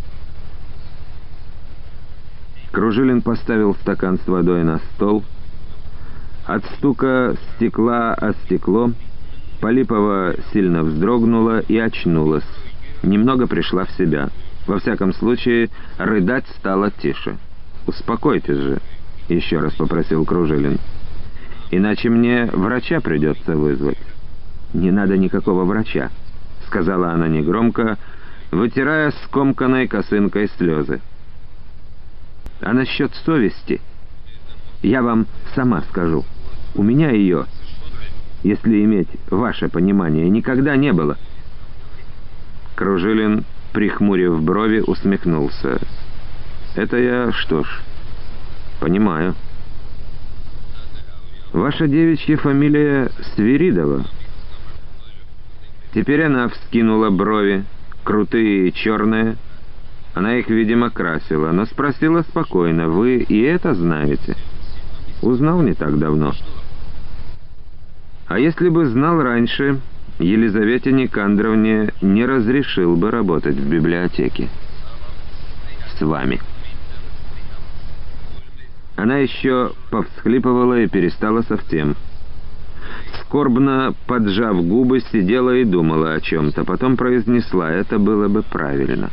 Кружилин поставил стакан с водой на стол. От стука стекла о стекло Полипова сильно вздрогнула и очнулась. Немного пришла в себя. Во всяком случае, рыдать стало тише. «Успокойтесь же», — еще раз попросил Кружилин. «Иначе мне врача придется вызвать». «Не надо никакого врача», — сказала она негромко, вытирая скомканной косынкой слезы. «А насчет совести я вам сама скажу. У меня ее, если иметь ваше понимание, никогда не было». Кружилин, прихмурив брови, усмехнулся. «Это я, что ж, понимаю. Ваша девичья фамилия Свиридова». Теперь она вскинула брови, крутые и черные. Она их, видимо, красила, но спросила спокойно: «Вы и это знаете?» «Узнал не так давно». «А если бы знал раньше, Елизавете Никандровне не разрешил бы работать в библиотеке. С вами». Она еще повсхлипывала и перестала совсем. Скорбно поджав губы, сидела и думала о чем-то. Потом произнесла: «Это было бы правильно».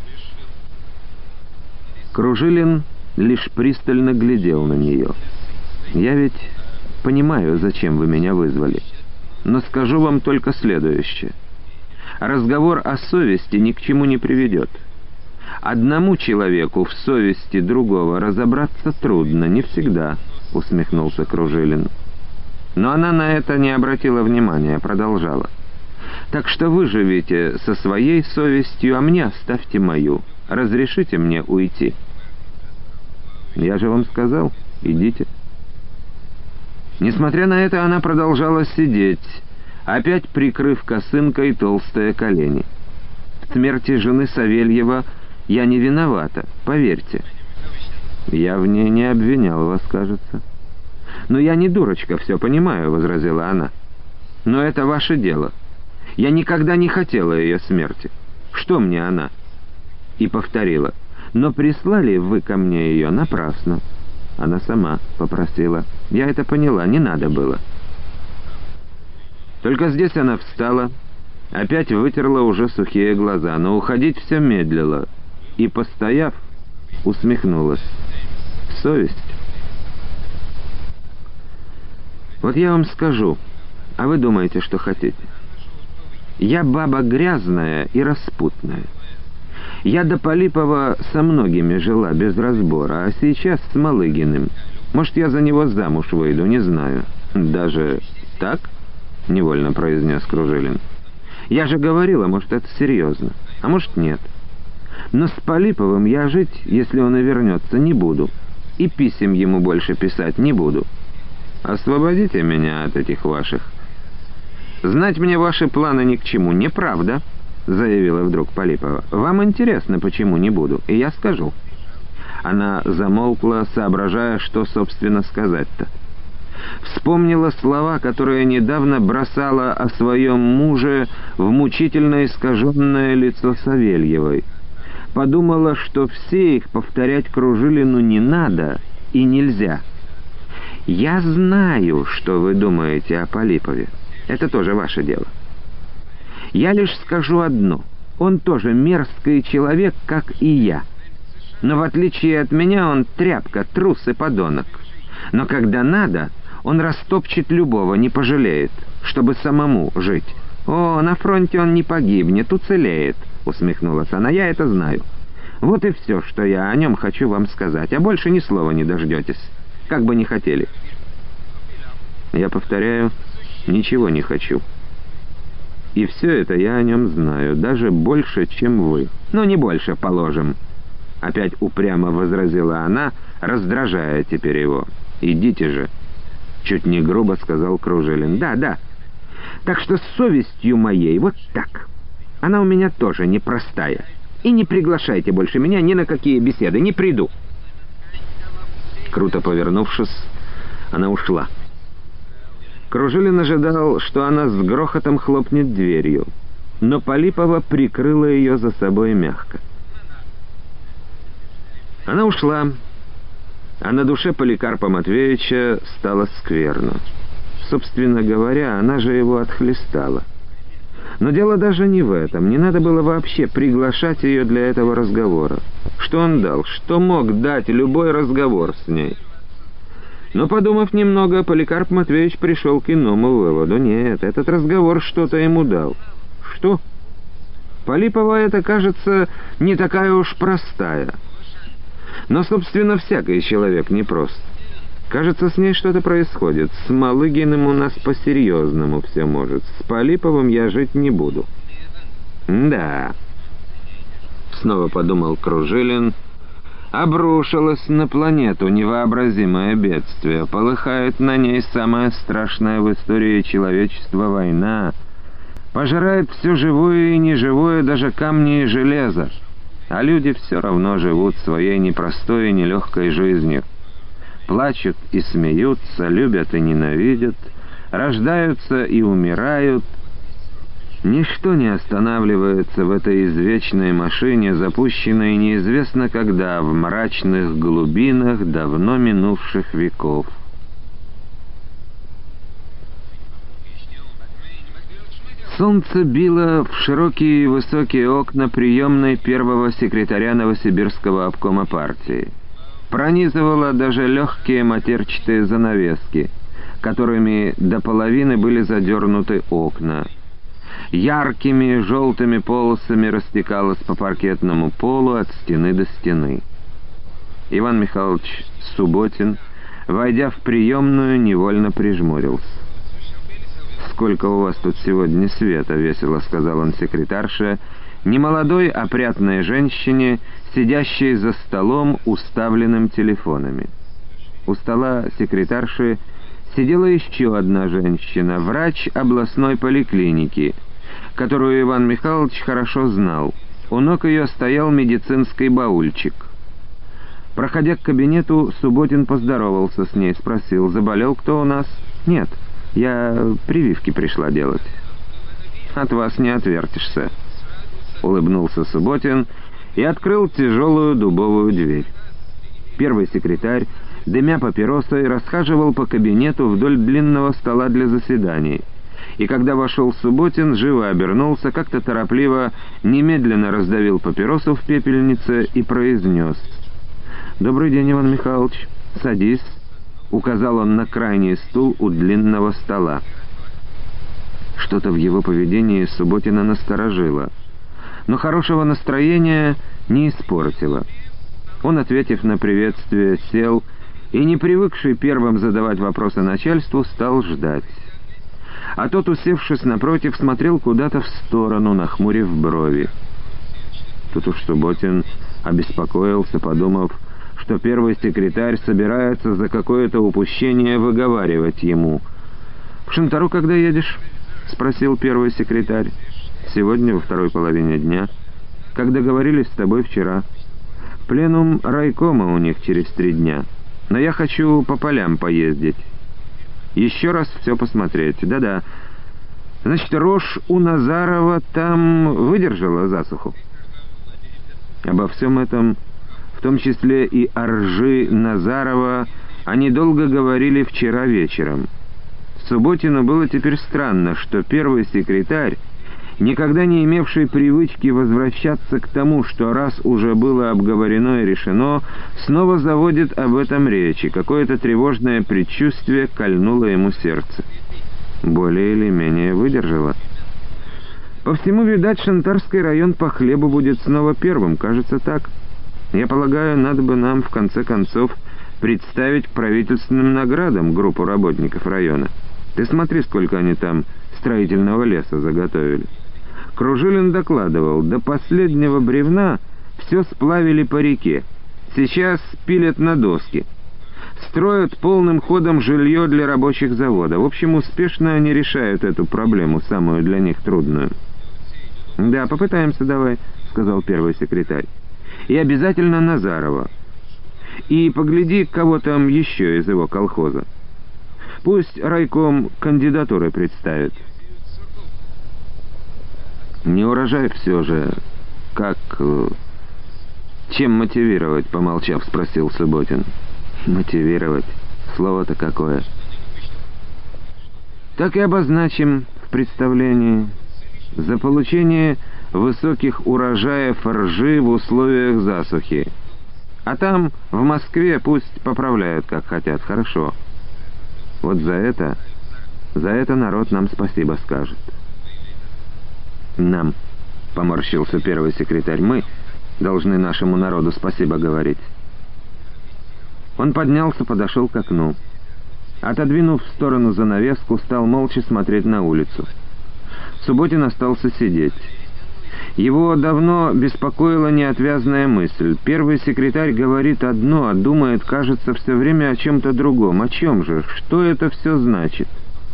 Кружилин лишь пристально глядел на нее. «Я ведь понимаю, зачем вы меня вызвали. Но скажу вам только следующее. Разговор о совести ни к чему не приведет. Одному человеку в совести другого разобраться трудно, не всегда», — усмехнулся Кружилин. Но она на это не обратила внимания, продолжала: «Так что вы живите со своей совестью, а мне оставьте мою. Разрешите мне уйти?» «Я же вам сказал, идите». Несмотря на это, она продолжала сидеть, опять прикрыв косынкой толстые колени. В смерти жены Савельева я не виновата, поверьте. Я в ней не обвинял вас, кажется. Но я не дурочка, все понимаю, — возразила она. Но это ваше дело. Я никогда не хотела ее смерти. Что мне она? И повторила. Но прислали вы ко мне ее напрасно. Она сама попросила. Я это поняла, не надо было. Только здесь она встала, опять вытерла уже сухие глаза, но уходить все медлила. И, постояв, усмехнулась. Совесть. Вот я вам скажу, а вы думаете, что хотите. Я баба грязная и распутная. Я до Полипова со многими жила без разбора, а сейчас с Малыгиным. Может, я за него замуж выйду, не знаю. Даже так? — невольно произнес Кружилин. Я же говорила, может, это серьезно, а может, нет. Но с Полиповым я жить, если он и вернется, не буду. И писем ему больше писать не буду. Освободите меня от этих ваших. Знать мне ваши планы ни к чему. Неправда, — заявила вдруг Полипова. Вам интересно, почему не буду, и я скажу. Она замолкла, соображая, что, собственно, сказать-то. Вспомнила слова, которые недавно бросала о своем муже в мучительно искаженное лицо Савельевой. Подумала, что все их повторять Кружилину не надо и нельзя. «Я знаю, что вы думаете о Полипове. Это тоже ваше дело. Я лишь скажу одно. Он тоже мерзкий человек, как и я. Но в отличие от меня он тряпка, трус и подонок. Но когда надо, он растопчет любого, не пожалеет, чтобы самому жить. О, на фронте он не погибнет, уцелеет», — усмехнулась она. «Я это знаю. Вот и все, что я о нем хочу вам сказать, а больше ни слова не дождетесь, как бы ни хотели». Я повторяю, ничего не хочу. И все это я о нем знаю, даже больше, чем вы. Ну, не больше, положим. Опять упрямо возразила она, раздражая теперь его. «Идите же», — чуть не грубо сказал Кружилин. «Да, да. Так что с совестью моей вот так. Она у меня тоже непростая. И не приглашайте больше меня ни на какие беседы, не приду». Круто повернувшись, она ушла. Кружилин ожидал, что она с грохотом хлопнет дверью, но Полипова прикрыла ее за собой мягко. Она ушла, а на душе Поликарпа Матвеевича стало скверно. Собственно говоря, она же его отхлестала. Но дело даже не в этом. Не надо было вообще приглашать ее для этого разговора. Что он дал? Что мог дать любой разговор с ней? Но, подумав немного, Поликарп Матвеевич пришел к иному выводу. Нет, этот разговор что-то ему дал. Что? Полипова это, кажется, не такая уж простая. Но, собственно, всякий человек непрост. Кажется, с ней что-то происходит. С Малыгиным у нас по-серьезному все может. С Полиповым я жить не буду. Да, снова подумал Кружилин. Обрушилось на планету невообразимое бедствие. Полыхает на ней самая страшная в истории человечества война. Пожирает все живое и неживое, даже камни и железо. А люди все равно живут своей непростой и нелегкой жизнью. Плачут и смеются, любят и ненавидят, рождаются и умирают. Ничто не останавливается в этой извечной машине, запущенной неизвестно когда в мрачных глубинах давно минувших веков. Солнце било в широкие высокие окна приемной первого секретаря Новосибирского обкома партии. Пронизывало даже легкие матерчатые занавески, которыми до половины были задернуты окна. Яркими желтыми полосами растекалось по паркетному полу от стены до стены. Иван Михайлович Субботин, войдя в приемную, невольно прижмурился. «Сколько у вас тут сегодня света?» — весело сказал он секретарше, немолодой опрятной женщине, сидящей за столом, уставленным телефонами. У стола секретарши сидела еще одна женщина, врач областной поликлиники, которую Иван Михайлович хорошо знал. У ног ее стоял медицинский баульчик. Проходя к кабинету, Субботин поздоровался с ней, спросил: «Заболел кто у нас?» «Нет, я прививки пришла делать». «От вас не отвертишься», — улыбнулся Субботин и открыл тяжелую дубовую дверь. Первый секретарь, дымя папиросой, расхаживал по кабинету вдоль длинного стола для заседаний. И когда вошел Субботин, живо обернулся, как-то торопливо, немедленно раздавил папиросу в пепельнице и произнес: «Добрый день, Иван Михайлович. Садись», — указал он на крайний стул у длинного стола. Что-то в его поведении Субботина насторожило, но хорошего настроения не испортило. Он, ответив на приветствие, сел и, не привыкший первым задавать вопросы начальству, стал ждать. А тот, усевшись напротив, смотрел куда-то в сторону, нахмурив брови. Тут уж Субботин обеспокоился, подумав, что первый секретарь собирается за какое-то упущение выговаривать ему. «В Шантару когда едешь?» — спросил первый секретарь. «Сегодня, во второй половине дня. Как договорились с тобой вчера. Пленум райкома у них через 3 дня. Но я хочу по полям поездить. Еще раз все посмотреть. Да-да. Значит, рожь у Назарова там выдержала засуху?» Обо всем этом, в том числе и о ржи Назарова, они долго говорили вчера вечером. Субботину было теперь странно, что первый секретарь, никогда не имевший привычки возвращаться к тому, что раз уже было обговорено и решено, снова заводит об этом речи. Какое-то тревожное предчувствие кольнуло ему сердце. Более или менее выдержало. По всему, видать, Шантарский район по хлебу будет снова первым, кажется так. Я полагаю, надо бы нам, в конце концов, представить к правительственным наградам группу работников района. Ты смотри, сколько они там строительного леса заготовили. Кружилин докладывал, до последнего бревна все сплавили по реке. Сейчас пилят на доски. Строят полным ходом жилье для рабочих завода. В общем, успешно они решают эту проблему, самую для них трудную. «Да, попытаемся давай», — сказал первый секретарь. «И обязательно Назарова. И погляди, кого там еще из его колхоза. Пусть райком кандидатуры представит». «Не урожай все же. Как... чем мотивировать?» — помолчав, спросил Субботин. «Мотивировать? Слово-то какое?» «Так и обозначим в представлении. За получение высоких урожаев ржи в условиях засухи. А там, в Москве, пусть поправляют, как хотят. Хорошо. Вот за это народ нам спасибо скажет». «Нам», — поморщился первый секретарь, — «мы должны нашему народу спасибо говорить». Он поднялся, подошел к окну. Отодвинув в сторону занавеску, стал молча смотреть на улицу. Субботин остался сидеть. Его давно беспокоила неотвязная мысль. Первый секретарь говорит одно, а думает, кажется, все время о чем-то другом. О чем же? Что это все значит?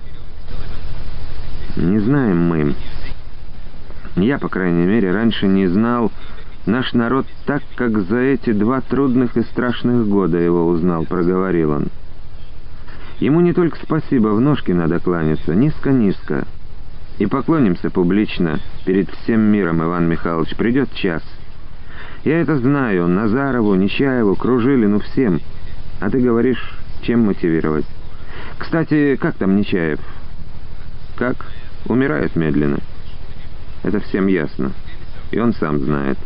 Не знаем мы. Я, по крайней мере, раньше не знал наш народ так, как за эти 2 трудных и страшных года его узнал, проговорил он. Ему не только спасибо в ножки надо кланяться, низко-низко. И поклонимся публично перед всем миром, Иван Михайлович, придет час. Я это знаю, Назарову, Нечаеву, Кружилину, всем. А ты говоришь, чем мотивировать? Кстати, как там Нечаев? Как? Умирает медленно. Это всем ясно. И он сам знает.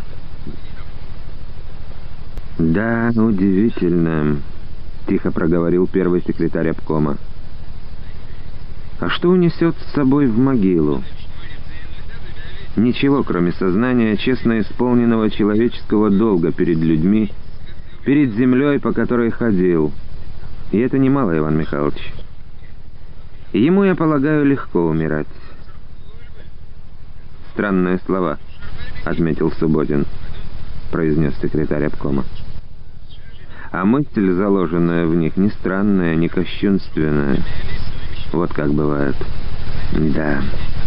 «Да, удивительно», — тихо проговорил первый секретарь обкома. «А что унесет с собой в могилу?» «Ничего, кроме сознания честно исполненного человеческого долга перед людьми, перед землей, по которой ходил. И это немало, Иван Михайлович. И ему, я полагаю, легко умирать». «Странные слова», — отметил Субботин, — произнес секретарь обкома. а мысль, заложенная в них, не странная, не кощунственная. Вот как бывает. Да.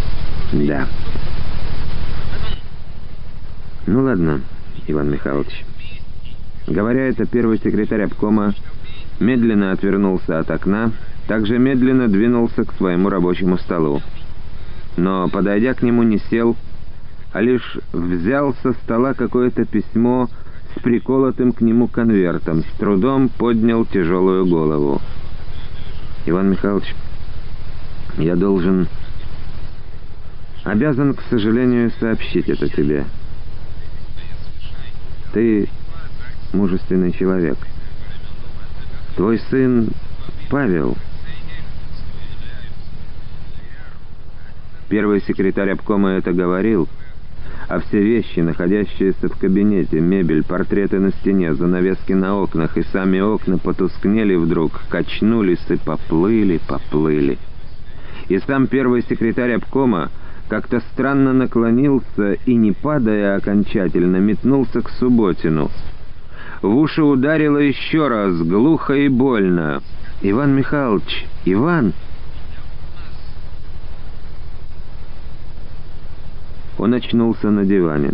Ну ладно, Иван Михайлович. Говоря это, первый секретарь обкома медленно отвернулся от окна, также медленно двинулся к своему рабочему столу. Но, подойдя к нему, не сел, а лишь взял со стола какое-то письмо с приколотым к нему конвертом, с трудом поднял тяжелую голову. «Иван Михайлович, я обязан, к сожалению, сообщить это тебе. Ты мужественный человек. Твой сын Павел...» Первый секретарь обкома это говорил, а все вещи, находящиеся в кабинете, мебель, портреты на стене, занавески на окнах и сами окна потускнели вдруг, качнулись и поплыли. И сам первый секретарь обкома как-то странно наклонился и, не падая окончательно, метнулся к Субботину. В уши ударило еще раз, глухо и больно. «Иван Михайлович! Иван!» Он очнулся на диване.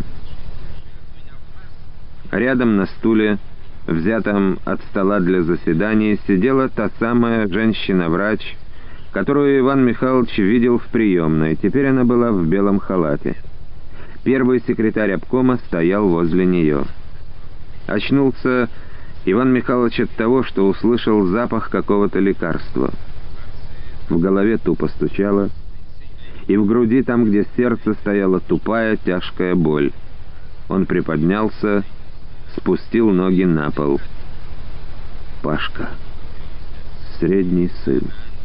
Рядом на стуле, взятом от стола для заседаний, сидела та самая женщина-врач, которую Иван Михайлович видел в приемной. Теперь она была в белом халате. Первый секретарь обкома стоял возле нее. Очнулся Иван Михайлович от того, что услышал запах какого-то лекарства. В голове тупо стучало, и в груди, там, где сердце, стояла тупая, тяжкая боль. Он приподнялся, спустил ноги на пол. Пашка. Средний сын.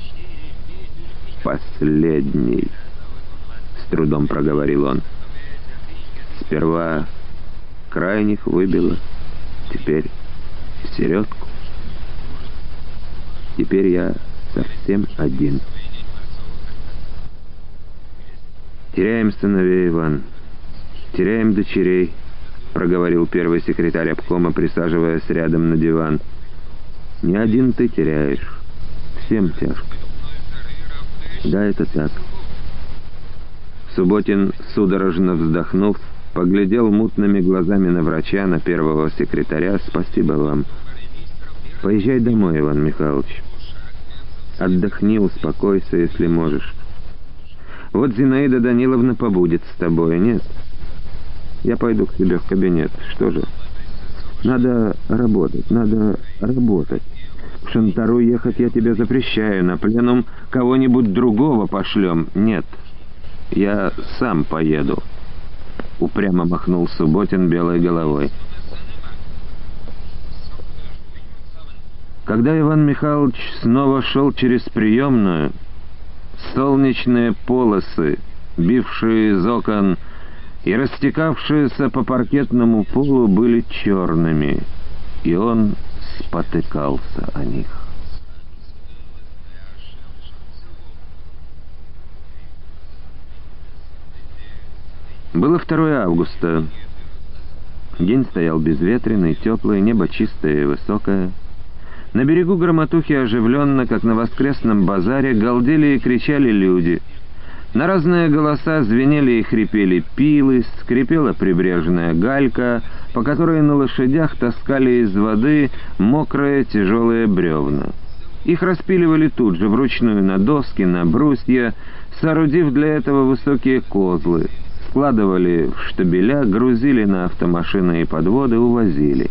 Последний. С трудом проговорил он. Сперва крайних выбило, теперь середку. Теперь я совсем один. «Теряем сыновей, Иван, теряем дочерей», — проговорил первый секретарь обкома, присаживаясь рядом на диван. «Не один ты теряешь. Всем тяжко». «Да, это так». Субботин, судорожно вздохнув, поглядел мутными глазами на врача, на первого секретаря. «Спасибо вам. Поезжай домой, Иван Михайлович. Отдохни, успокойся, если можешь. Вот Зинаида Даниловна побудет с тобой. Нет, я пойду к себе в кабинет. Что же? Надо работать. В Шантару ехать я тебе запрещаю. На пленум кого-нибудь другого пошлем. Нет, я сам поеду». Упрямо махнул Субботин белой головой. Когда Иван Михайлович снова шел через приемную, солнечные полосы, бившие из окон и растекавшиеся по паркетному полу, были черными, и он спотыкался о них. Было 2 августа. День стоял безветренный, теплый, небо чистое и высокое. На берегу Громотухи оживленно, как на воскресном базаре, галдели и кричали люди. На разные голоса звенели и хрипели пилы, скрипела прибрежная галька, по которой на лошадях таскали из воды мокрые тяжелые бревна. Их распиливали тут же, вручную, на доски, на брусья, соорудив для этого высокие козлы. Складывали в штабеля, грузили на автомашины и подводы, увозили.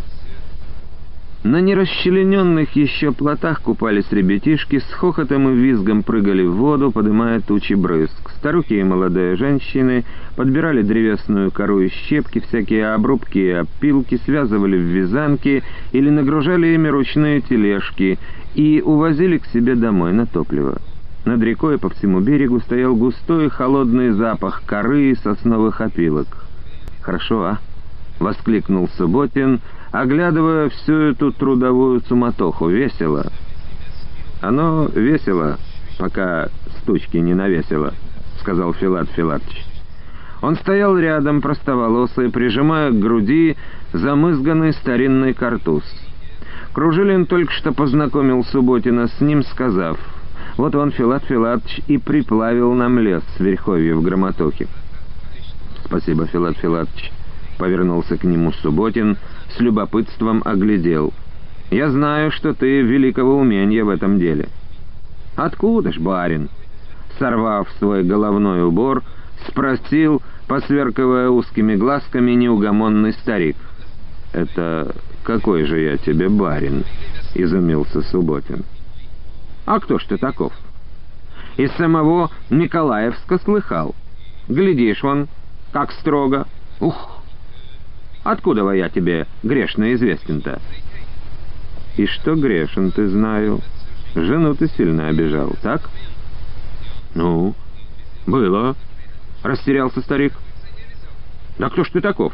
На нерасчлененных еще плотах купались ребятишки, с хохотом и визгом прыгали в воду, подымая тучи брызг. Старухи и молодые женщины подбирали древесную кору и щепки, всякие обрубки и опилки, связывали в вязанки или нагружали ими ручные тележки и увозили к себе домой на топливо. Над рекой по всему берегу стоял густой холодный запах коры и сосновых опилок. «Хорошо, а?» — воскликнул Субботин, оглядывая всю эту трудовую суматоху. «Весело?» «Оно весело, пока стучки не навесило», — сказал Филат Филатович. Он стоял рядом, простоволосый, прижимая к груди замызганный старинный картуз. Кружилин только что познакомил Субботина с ним, сказав: «Вот он, Филат Филатович, и приплавил нам лес с верховья в Громотохе». «Спасибо, Филат Филатович», — повернулся к нему Субботин, с любопытством оглядел. «Я знаю, что ты великого умения в этом деле». «Откуда ж, барин?» Сорвав свой головной убор, спросил, посверкивая узкими глазками, неугомонный старик. «Это какой же я тебе барин?» — изумился Субботин. «А кто ж ты таков?» «Из самого Николаевска слыхал. Глядишь вон, как строго. Ух! Откуда я тебе грешно известен-то?» «И что грешен, ты знаю. Жену ты сильно обижал, так?» «Ну, было», — растерялся старик. «Да кто ж ты таков?»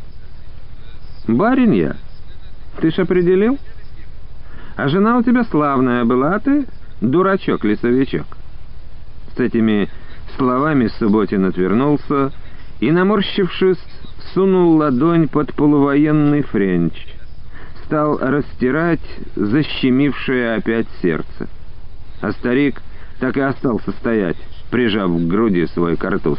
«Барин я. Ты ж определил? А жена у тебя славная была, а ты дурачок-лесовичок». С этими словами Субботин отвернулся и, наморщившись, сунул ладонь под полувоенный френч. Стал растирать защемившее опять сердце. А старик так и остался стоять, прижав к груди свой картуз.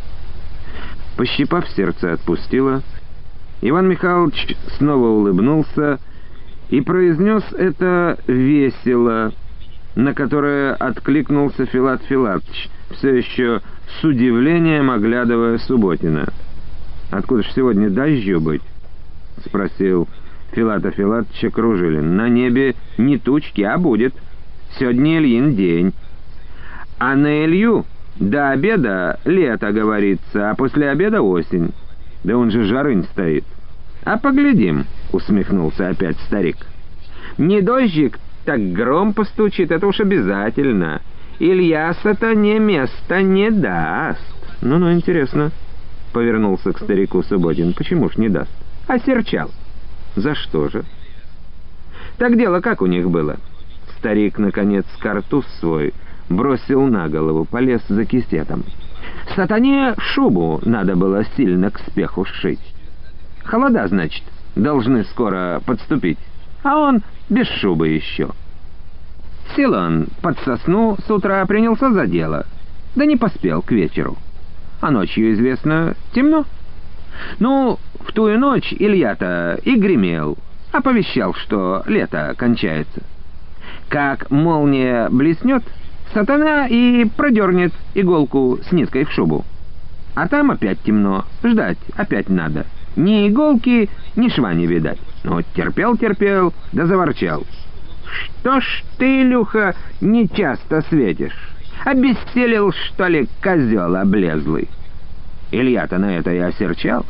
Пощипав, сердце отпустило. Иван Михайлович снова улыбнулся и произнес это весело, на которое откликнулся Филат Филатович, все еще с удивлением оглядывая Субботина. «Откуда ж сегодня дождю быть?» — спросил Филата Филатовича Кружилин. «На небе не тучки, а будет. Сегодня Ильин день. А на Илью до обеда лето говорится, а после обеда осень. Да он же жарынь стоит». «А поглядим», — усмехнулся опять старик. «Не дождик, так гром постучит, это уж обязательно. Илья сатане места не даст». «Ну, интересно», — повернулся к старику Субботин. «Почему ж не даст?» «Осерчал». «За что же?» «Так дело как у них было?» Старик, наконец, картуз свой бросил на голову, полез за кисетом. «Сатане шубу надо было сильно к спеху сшить. Холода, значит, должны скоро подступить, а он без шубы еще. Сел он под сосну с утра, принялся за дело, да не поспел к вечеру. А ночью, известно, темно. Ну, в ту ночь Илья-то и гремел, оповещал, что лето кончается. Как молния блеснет, сатана и продернет иголку с ниткой в шубу. А там опять темно, ждать опять надо. Ни иголки, ни шва не видать. Ну, терпел, да заворчал. «Что ж ты, Илюха, не часто светишь? Обессилел, что ли, козел облезлый?» Илья-то на это и осерчал.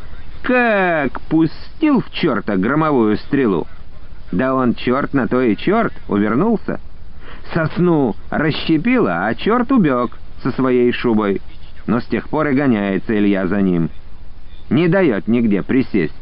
Как пустил в черта громовую стрелу! Да он, черт на то и черт, увернулся. Сосну расщепило, а черт убег со своей шубой. Но с тех пор и гоняется Илья за ним. Не дает нигде присесть.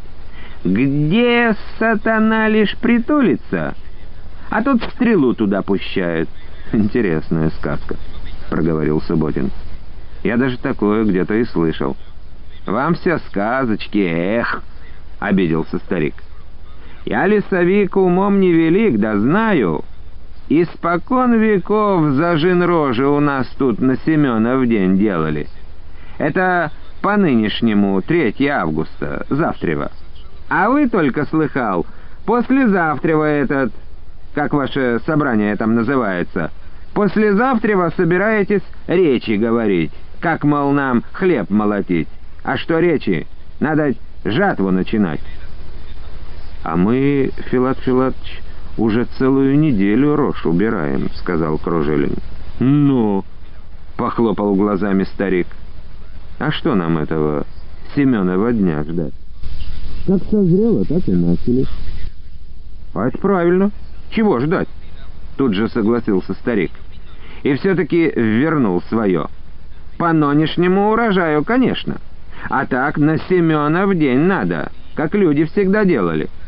Где сатана лишь притулится, а тут стрелу туда пущает. «Интересная сказка», — проговорил Субботин. «Я даже такое где-то и слышал». «Вам все сказочки, эх!» — обиделся старик. «Я лесовик умом невелик, да знаю. Испокон веков зажин рожи у нас тут на Семенов день делали. Это по нынешнему 3 августа, завтрева. А вы только слыхал, послезавтрева этот, как ваше собрание там называется, послезавтрева собираетесь речи говорить, как, мол, нам хлеб молотить. А что речи? Надо жатву начинать». «А мы, Филат Филатович, уже целую неделю рожь убираем», — сказал Кружилин. «Ну?» — похлопал глазами старик. «А что нам этого Семенова дня ждать? Как созрело, так и начали». «А это правильно. Чего ждать?» — тут же согласился старик. И все-таки вернул свое. «По нынешнему урожаю, конечно. А так на Семенов день надо, как люди всегда делали».